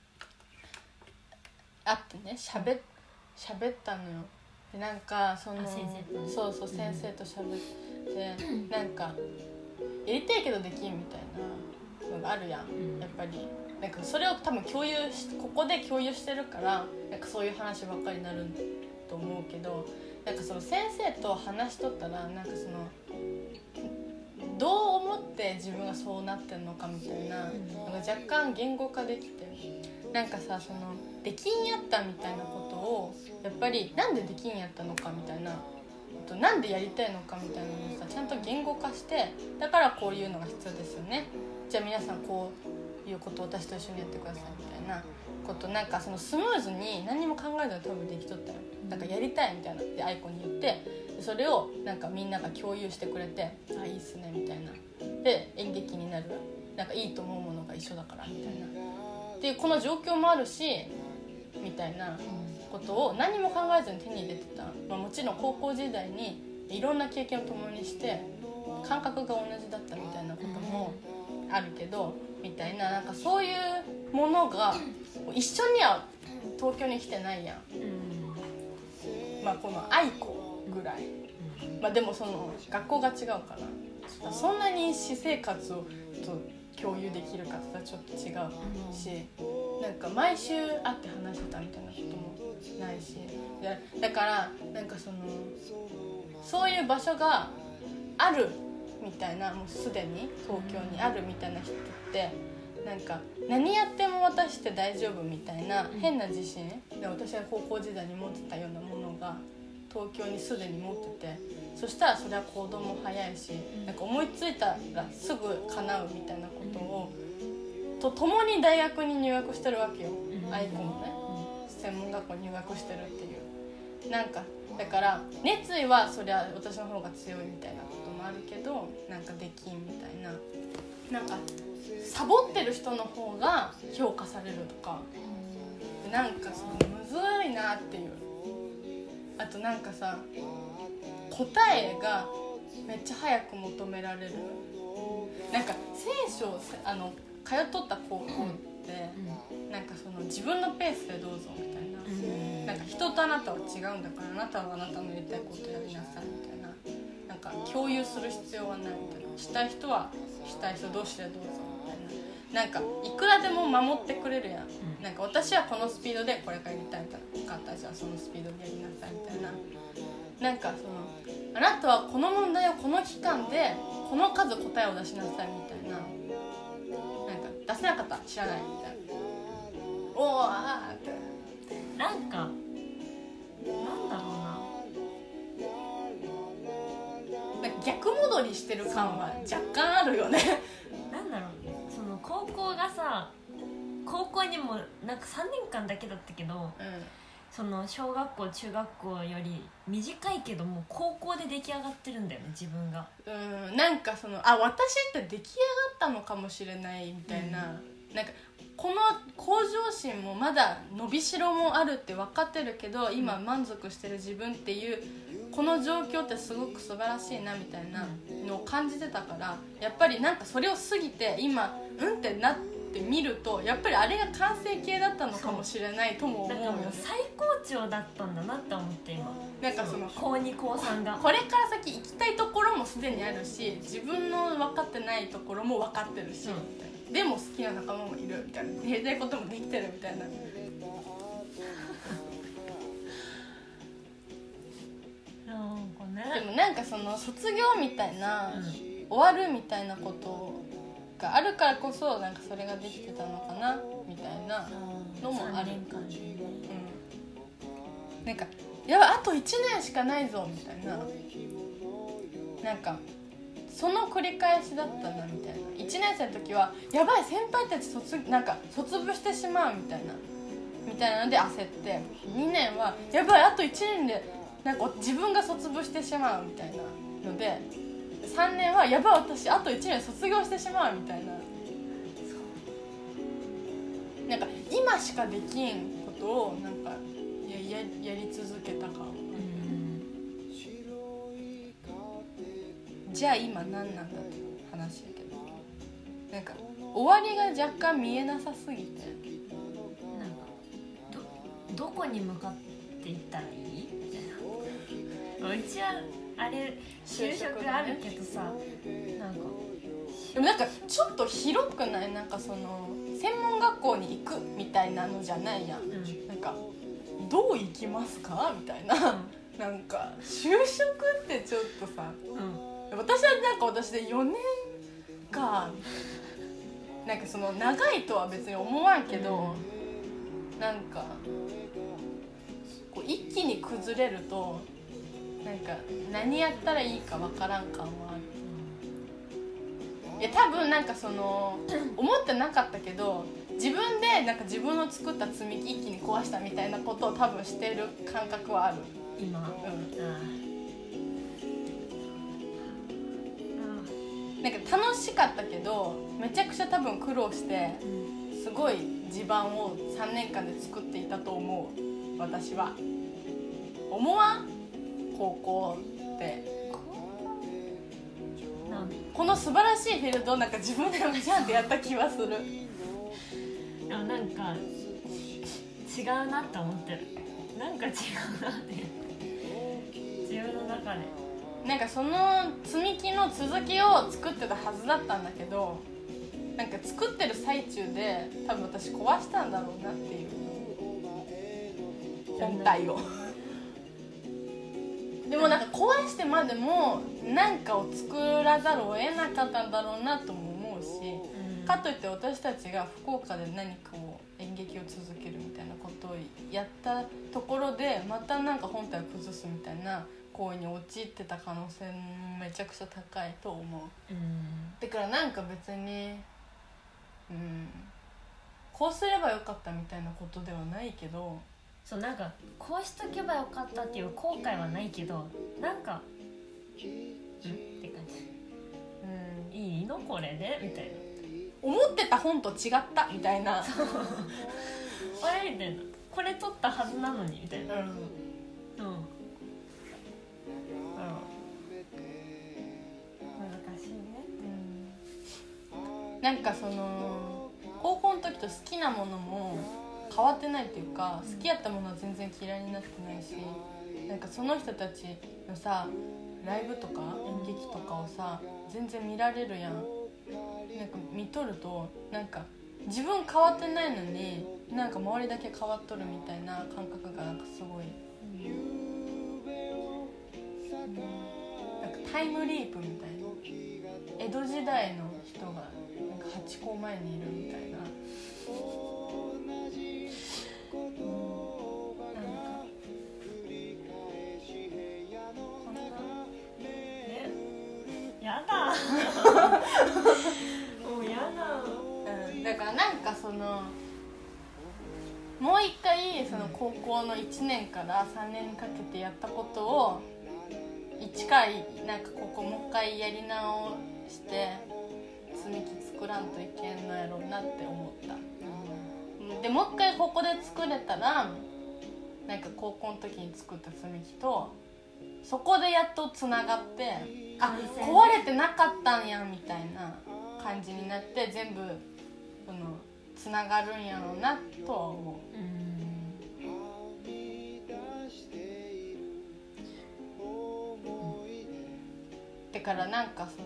あってねしゃべったのよ。でなんかそのそうそう先生としゃべって、うん、なんかやりたいけどできんみたいなのがあるやん、うん、やっぱりなんかそれを多分共有しここで共有してるからなんかそういう話ばっかりになると思うけど、なんかその先生と話しとったらなんかそのどう思って自分がそうなってんのかみたいなのが若干言語化できて、なんかさそのできんやったみたいなことをやっぱりなんでできんやったのかみたいな、なんでやりたいのかみたいなのをさちゃんと言語化して、だからこういうのが必要ですよね、じゃあ皆さんこういうことを私と一緒にやってくださいみたいなこと、なんかそのスムーズに何も考えずに多分できとったよ。なんかやりたいみたいなで愛子に言って、それをなんかみんなが共有してくれて、あいいっすねみたいな、で演劇になる、なんかいいと思うものが一緒だからみたいなっていうこの状況もあるしみたいなことを何も考えずに手に入れてた、まあ、もちろん高校時代にいろんな経験を共にして感覚が同じだったみたいなこともあるけどみたいな、なんかそういうものが一緒には東京に来てないやん、うん、まあこの愛子ぐらい、まあでもその学校が違うからそんなに私生活をと共有できるかってちょっと違うし、 なんか毎週会って話してたみたいなこともないし、だからなんかそのそういう場所があるみたいな、もうすでに東京にあるみたいな人ってなんか何やっても渡して大丈夫みたいな変な自信で、私は高校時代に持ってたようなものが東京にすでに持ってて、そしたらそれは行動も早いし、なんか思いついたらすぐ叶うみたいなことをと共に大学に入学してるわけよ、愛子もね専門学校に入学してるっていう、なんかだから熱意はそりゃ私の方が強いみたいなこともあるけど、なんかできんみたいな、なんかサボってる人の方が評価されるとか、なんかそのむずいなっていう。あとなんかさ、答えがめっちゃ早く求められる。なんか聖書をあの通っとった高校ってなんかその自分のペースでどうぞみたいな、なんか人とあなたは違うんだから、あなたはあなたのやりたいことやりなさいみたいな、なんか共有する必要はないみたいな、したい人はしたい人同士でどうぞみたいな、なんかいくらでも守ってくれるやん。なんか私はこのスピードでこれからやりたいから、じゃあそのスピードでやりなさいみたいな、なんかそのあなたはこの問題をこの期間でこの数答えを出しなさいみたいな、なんか出せなかったら知らないみたいな、おーあーってなんかなんだろうな、なんか逆戻りしてる感は若干あるよねなんだろう、その高校がさ、高校にもなんかさんねんかんだけだったけど、うん、その小学校中学校より短いけども高校で出来上がってるんだよね、自分が。 うん、なんかそのあ私って出来上がったのかもしれないみたいな、うん、なんかこの向上心もまだ伸びしろもあるって分かってるけど、今満足してる自分っていうこの状況ってすごく素晴らしいなみたいなのを感じてたから、やっぱりなんかそれを過ぎて今うんってなって見ると、やっぱりあれが完成形だったのかもしれないとも思うよね。 だからもう最高潮だったんだなって思って今。 なんかその高に高さんがこれから先行きたいところもすでにあるし、自分の分かってないところも分かってるし、うん、でも好きな仲間もいるみたいな、やりたいこともできてるみたいななんかね、 でもなんかその卒業みたいな、うん、終わるみたいなことがあるからこそ、なんかそれができてたのかなみたいなのもある。うん、なんかやばいあといちねんしかないぞみたいな、なんかその繰り返しだったなみたいな。いちねん生の時はやばい先輩たち卒なんか卒部してしまうみたいなみたいなので焦って、にねんはやばいあといちねんでなんか自分が卒部してしまうみたいなので、さんねんはやばい私あといちねん卒業してしまうみたいな、なんか今しかできんことをなんか や, や, やり続けた感は、うん、じゃあ今何なんだって話だけど、なんか終わりが若干見えなさすぎて、 なんか ど, どこに向かっていったらいいみたいな。うちはあれ就職あるけどさ、なんかでもなんかちょっと広くない？なんかその専門学校に行くみたいなのじゃないやん、うん、なんかどう行きますかみたいな、うん、なんか就職ってちょっとさ、うん、私はなんか私でよねんかなんかその長いとは別に思わんけど、うん、なんかこう一気に崩れるとなんか何やったらいいかわからん感はある。いや多分なんかその思ってなかったけど、自分でなんか自分の作った積み木一気に壊したみたいなことを多分してる感覚はある今、うん、 なんか楽しかったけどめちゃくちゃ多分苦労してすごい地盤をさんねんかんで作っていたと思う。私は思わん？高校ってこの素晴らしいフィールドをなんか自分でガチャンってやった気はする。 でもなんか違うなって思ってる。なんか違うなって自分の中でなんかその積み木の続きを作ってたはずだったんだけど、 なんか作ってる最中で多分私壊したんだろうなっていう本体をでもなんか壊してまでも何かを作らざるを得なかったんだろうなとも思うし、うん、かといって私たちが福岡で何かを演劇を続けるみたいなことをやったところでまたなんか本体を崩すみたいな行為に陥ってた可能性もめちゃくちゃ高いと思う、うん、だからなんか別に、うん、こうすればよかったみたいなことではないけど、 そうなんかこうしとけばよかったっていう後悔はないけどなんかうんって感じ、うん、いいのこれでみたいな思ってた本と違ったみたいなあれみたいなこれ撮ったはずなのにみたいな、うん、うん、難しいね、 うん、なんかその高校の時と好きなものも変わってないっていうか、好きやったものは全然嫌いになってないし、なんかその人たちのさライブとか演劇とかをさ全然見られるやん。なんか見とるとなんか自分変わってないのになんか周りだけ変わっとるみたいな感覚がなんかすごい、うん、なんかタイムリープみたいな、江戸時代の人がなんかハチ公前にいるみたいな、 やだもうやだ、 うん、だからなんかそのもう一回その高校のいちねんからさんねんにかけてやったことを一回なんかここもう一回やり直して積み木作らんといけんのやろうなって思った、うん、でもう一回ここで作れたらなんか高校の時に作った積み木とそこでやっとつながってあ壊れてなかったんやみたいな感じになって全部そのつながるんやろうなとは思う。うんだからなんかその、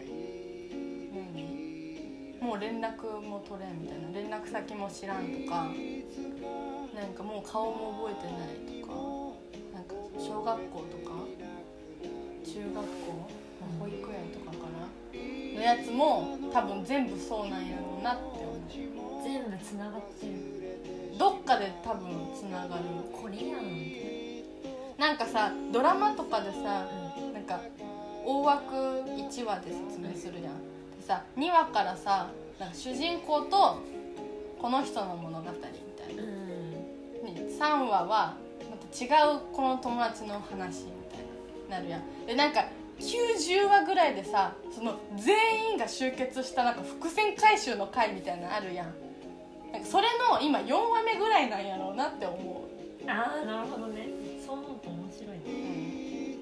うん、もう連絡も取れんみたいな、連絡先も知らんとか、なんかもう顔も覚えてないとか、なんか小学校とか中学校、保育園とかからのやつも多分全部そうなんやろうなって思う。 全部つながってる、 どっかで多分つながる。 これやんなんかさドラマとかでさ、うん、なんか大枠いちわで説明するじゃん。でさにわからさなんか主人公とこの人の物語みたいな、うん、さんわはまた違うこの友達の話みたいななるやん。でなんかきゅうじゅうわぐらいでさその全員が集結したなんか伏線回収の回みたいなのあるやん。なんかそれの今よんわめぐらいなんやろうなって思う。 ああなるほどね。そう思うと面白いね、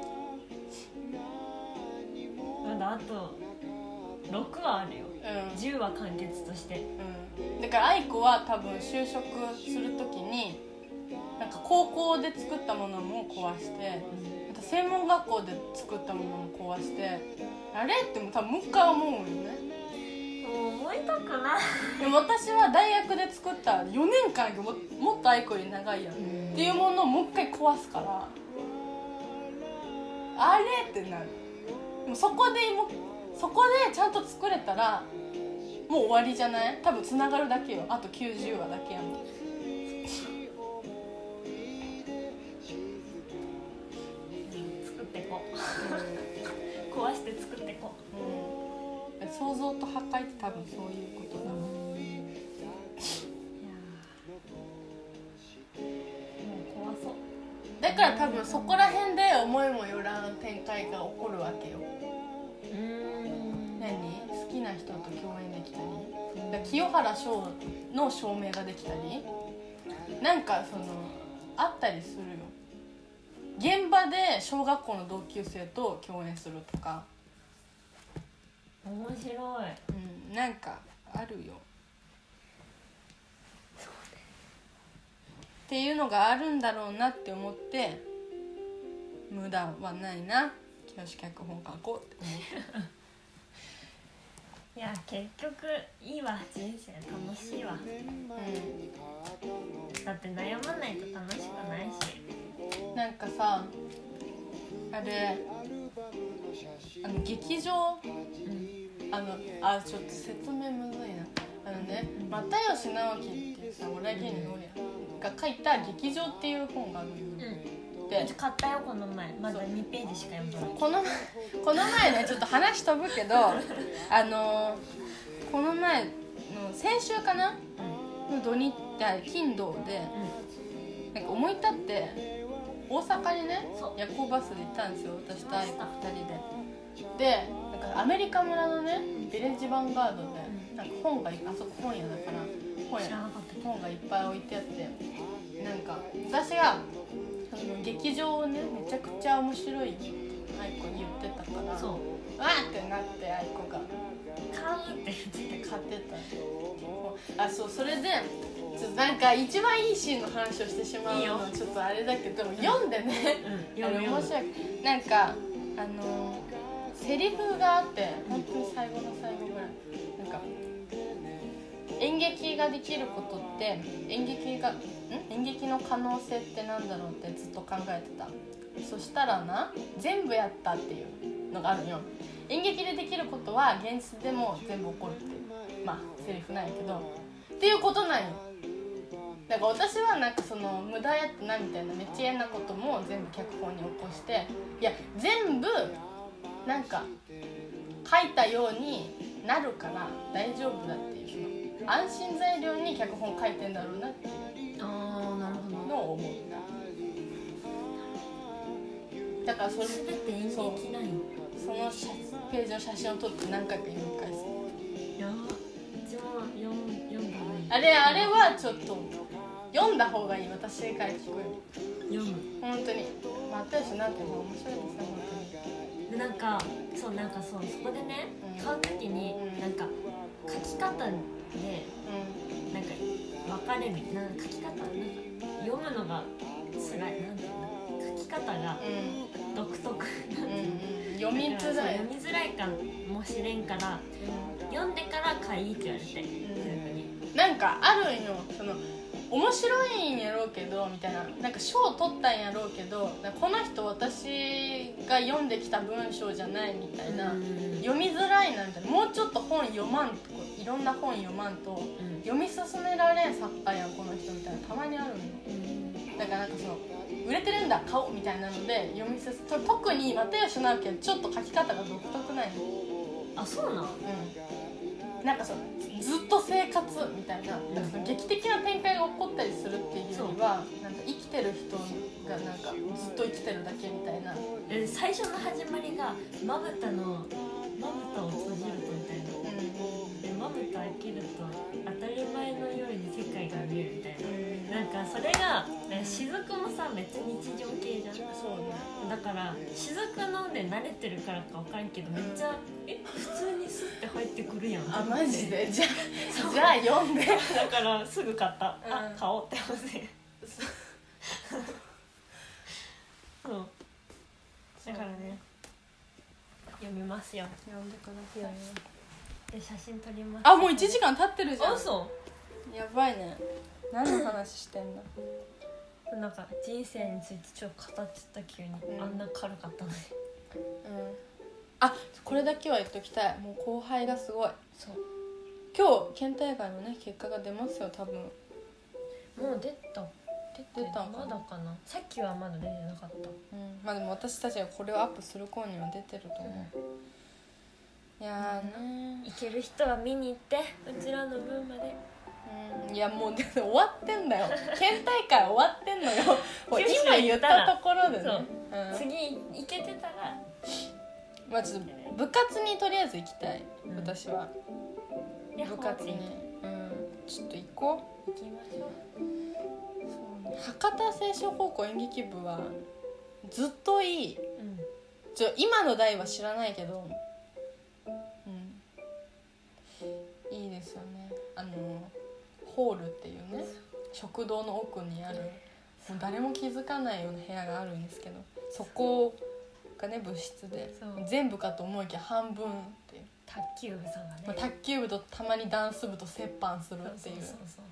うん、まだあとろくわあるよ、うん、じゅうわ完結として、 うん、だから愛子は多分就職するときになんか高校で作ったものも壊して、うん、また専門学校で作ったものも壊してあれっても多分もう一回思うよね。 思いたくない。 でも私は大学で作ったよねんかんももっと愛子より長いやんっていうものをもう一回壊すからあれってなる。でもそこでもそこでちゃんと作れたらもう終わりじゃない？多分つながるだけよ。あときゅうじゅうわだけやもん。 作ってこう壊して作ってこう、うん、創造と破壊って多分そういうことだ、うん、いやもう怖そう。 だから多分そこら辺で思いもよらん展開が起こるわけよ。うーん何好きな人と共演できたりだ清原翔の証明ができたりなんかそのあったりするよ。現場で小学校の同級生と共演するとか面白い、 うん、なんかあるよ。 そうねっていうのがあるんだろうなって思って無駄はないな清志脚本書こうって思っていや結局いいわ、人生楽しいわ、うん、だって悩まないと楽しくないし。 なんかさあれあの劇場、うん、あのあちょっと説明むずいな。あのね、うん、又吉直樹っていうさお笑い芸人の俺が書いた劇場っていう本があるの、うん、で買ったよこの前、まだにページしか読んでない。 このこの前ねちょっと話飛ぶけどあのこの前の先週かな、うん、の土日金土で、うん、なんか思い立って大阪にね夜行バスで行ったんですよ、私と愛子ふたりで。でなんかアメリカ村のねビレッジヴァンガードで、うん、なんか本があそこ本屋だから本屋本がいっぱい置いてあって、なんか私がその劇場をねめちゃくちゃ面白いって愛子に言ってたから、そうわーってなって愛子が買うって言って買ってた。あそうそれでちょっとなんか一番いいシーンの話をしてしまうのはちょっとあれだけど、うん、読んでね、うん、あれ面白い。なんかあのセリフがあって本当に最後の最後ぐらいなんか演劇ができることって演劇がん演劇の可能性ってなんだろうってずっと考えてた。そしたらな全部やったっていうのがあるよ。演劇でできることは現実でも全部起こるっていうまあセリフなんやけどっていうことなんよ。だから私はなんかその無駄やってなみたいなめっちゃ嫌なことも全部脚本に起こしていや全部なんか書いたようになるから大丈夫だっていうその安心材料に脚本書いてんだろうなっていうのを思った。だからそれ全て演劇ないの。 そのページの写真を撮って何回か読み返す。 いや一番読んだ方がいい。 あれあれはちょっと読んだ方がいい。私から聞くより読む本当に又吉なんて面白いですね本当に。 でなんかそうなんかそうそこでね、うん、買う時に、うん、なんか書き方で、うん、なんか分かれるなんか書き方なんか読むのが辛いなんていうの書き方が独特な、うんうん、 読みづらい読みづらいかもしれんから、うん、読んでから買いって言われて、うん、 なんかあるんよその面白いんやろうけどみたいななんか賞を取ったんやろうけどこの人私が読んできた文章じゃないみたいな、うん、読みづらいなみたいなもうちょっと本読まんといろんな本読まんと、うん、読み進められん作家やんこの人みたいなたまにあるの、うん、だからなんかその売れてるんだ買おうみたいなので読み進め特に又吉直樹はちょっと書き方が独特ないの。 あそうなの、 うん、なんかそのずっと生活みたいな、なんかその劇的な展開が起こったりするっていうよりはなんか生きてる人がなんかずっと生きてるだけみたいな。 え最初の始まりがまぶたのまぶたを閉じるとみたいな、うん、でまぶた開けると当たり前のように世界が見えるみたいな、うん、なんかそれが雫もさめっちゃ日常系じゃん。 そうね。 だから雫飲んで慣れてるからか分からんけどめっちゃ、うん、え普通にスッて入ってくるやん。 あマジでじゃあじゃあ読んでだからすぐ買った、うん、あ買おうって思ってそうだからね読みますよ。 読んでくださいよ。 で写真撮ります。 あもういちじかん経ってるじゃん。 あそうやばいね。何の話してんだなんか人生についてちょっと語っちゃった急に、うん、あんな軽かったのに、 うん、あこれだけは言っときたい。もう後輩がすごい。 そう今日県大会のね結果が出ますよ多分。 もう出た出てたんかな。まだかな。さっきはまだ出てなかった、 うん、まあでも私たちがこれをアップする頃には出てると思う、うん、いやーね行ける人は見に行ってうちらの分まで。 うん、いやもう終わってんだよ県大会終わってんのよ今言ったところでね、 うん、次行けてたらまあちょっと部活にとりあえず行きたい、うん、私は部活に、うん、ちょっと行こう行きましょう。 そうね、博多青少高校演劇部はずっといい、うん、ちょ今の代は知らないけど、うん、いいですよね。あのホールっていうね食堂の奥にあるもう誰も気づかないような部屋があるんですけどそこがね部室で全部かと思いきや半分っていう卓球部さんがね、 まあ、卓球部とたまにダンス部と折半するっていう。 そうそうそうそう、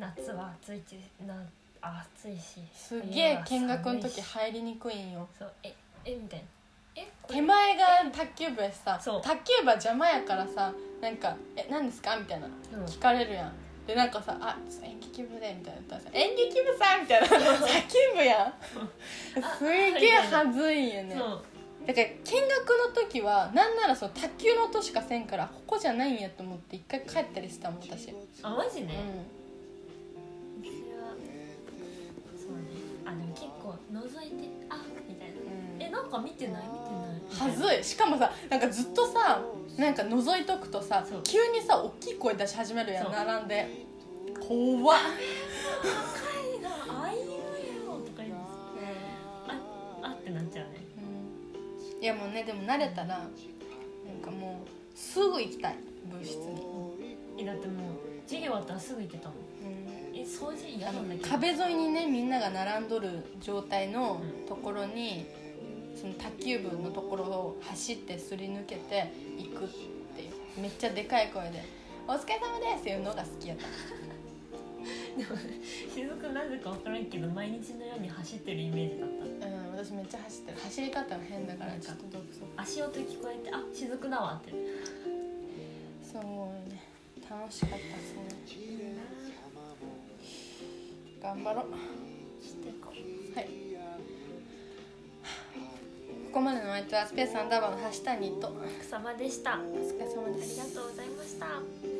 夏は暑いしな、暑いしすげえ見学の時入りにくいんよ。 そう、ええみたいな、え手前が卓球部やしさ、卓球部は邪魔やからさ、なんかえ何ですかみたいな、うん、聞かれるやん。でなんかさ、あ演劇部でみたいな言ったらさ、演劇部さんみたいな卓球部やんすげえはずいよね。だから見学の時はなんならその卓球の音しかせんから、ここじゃないんやと思って一回帰ったりしたもん私。 あマジね、 うん、 私はそうね、あでも結構覗いてあみたいな、うん、えなんか見てない見てないはずい。しかもさ、なんかずっとさ、なんか覗いとくとさ、急にさ大きい声出し始めるやん、並んで。怖っ高いな、あいうえおとか言うんです、うん、ああってなっちゃうね、 うん、いやもうね、でも慣れたらなんかもうすぐ行きたい部室に。 えだってもう授業終わったらすぐ行ってたもん、うん、え掃除嫌なんだけど、 壁沿いにねみんなが並んどる状態のところに、うん、その卓球部のところを走ってすり抜けて行くっていう、めっちゃでかい声でお疲れ様ですっていうのが好きやったでもしずくなぜか分からんけど毎日のように走ってるイメージだった。 うん、私めっちゃ走ってる。走り方が変だからちょっと独特。 足音聞こえて、あしずくだわって。 そうね、楽しかったっすね。頑張ろう。 してこう。はい。ここまでのお相手はスペースアンダーバーの橋谷と草間でした。 お疲れ様です。 ありがとうございました。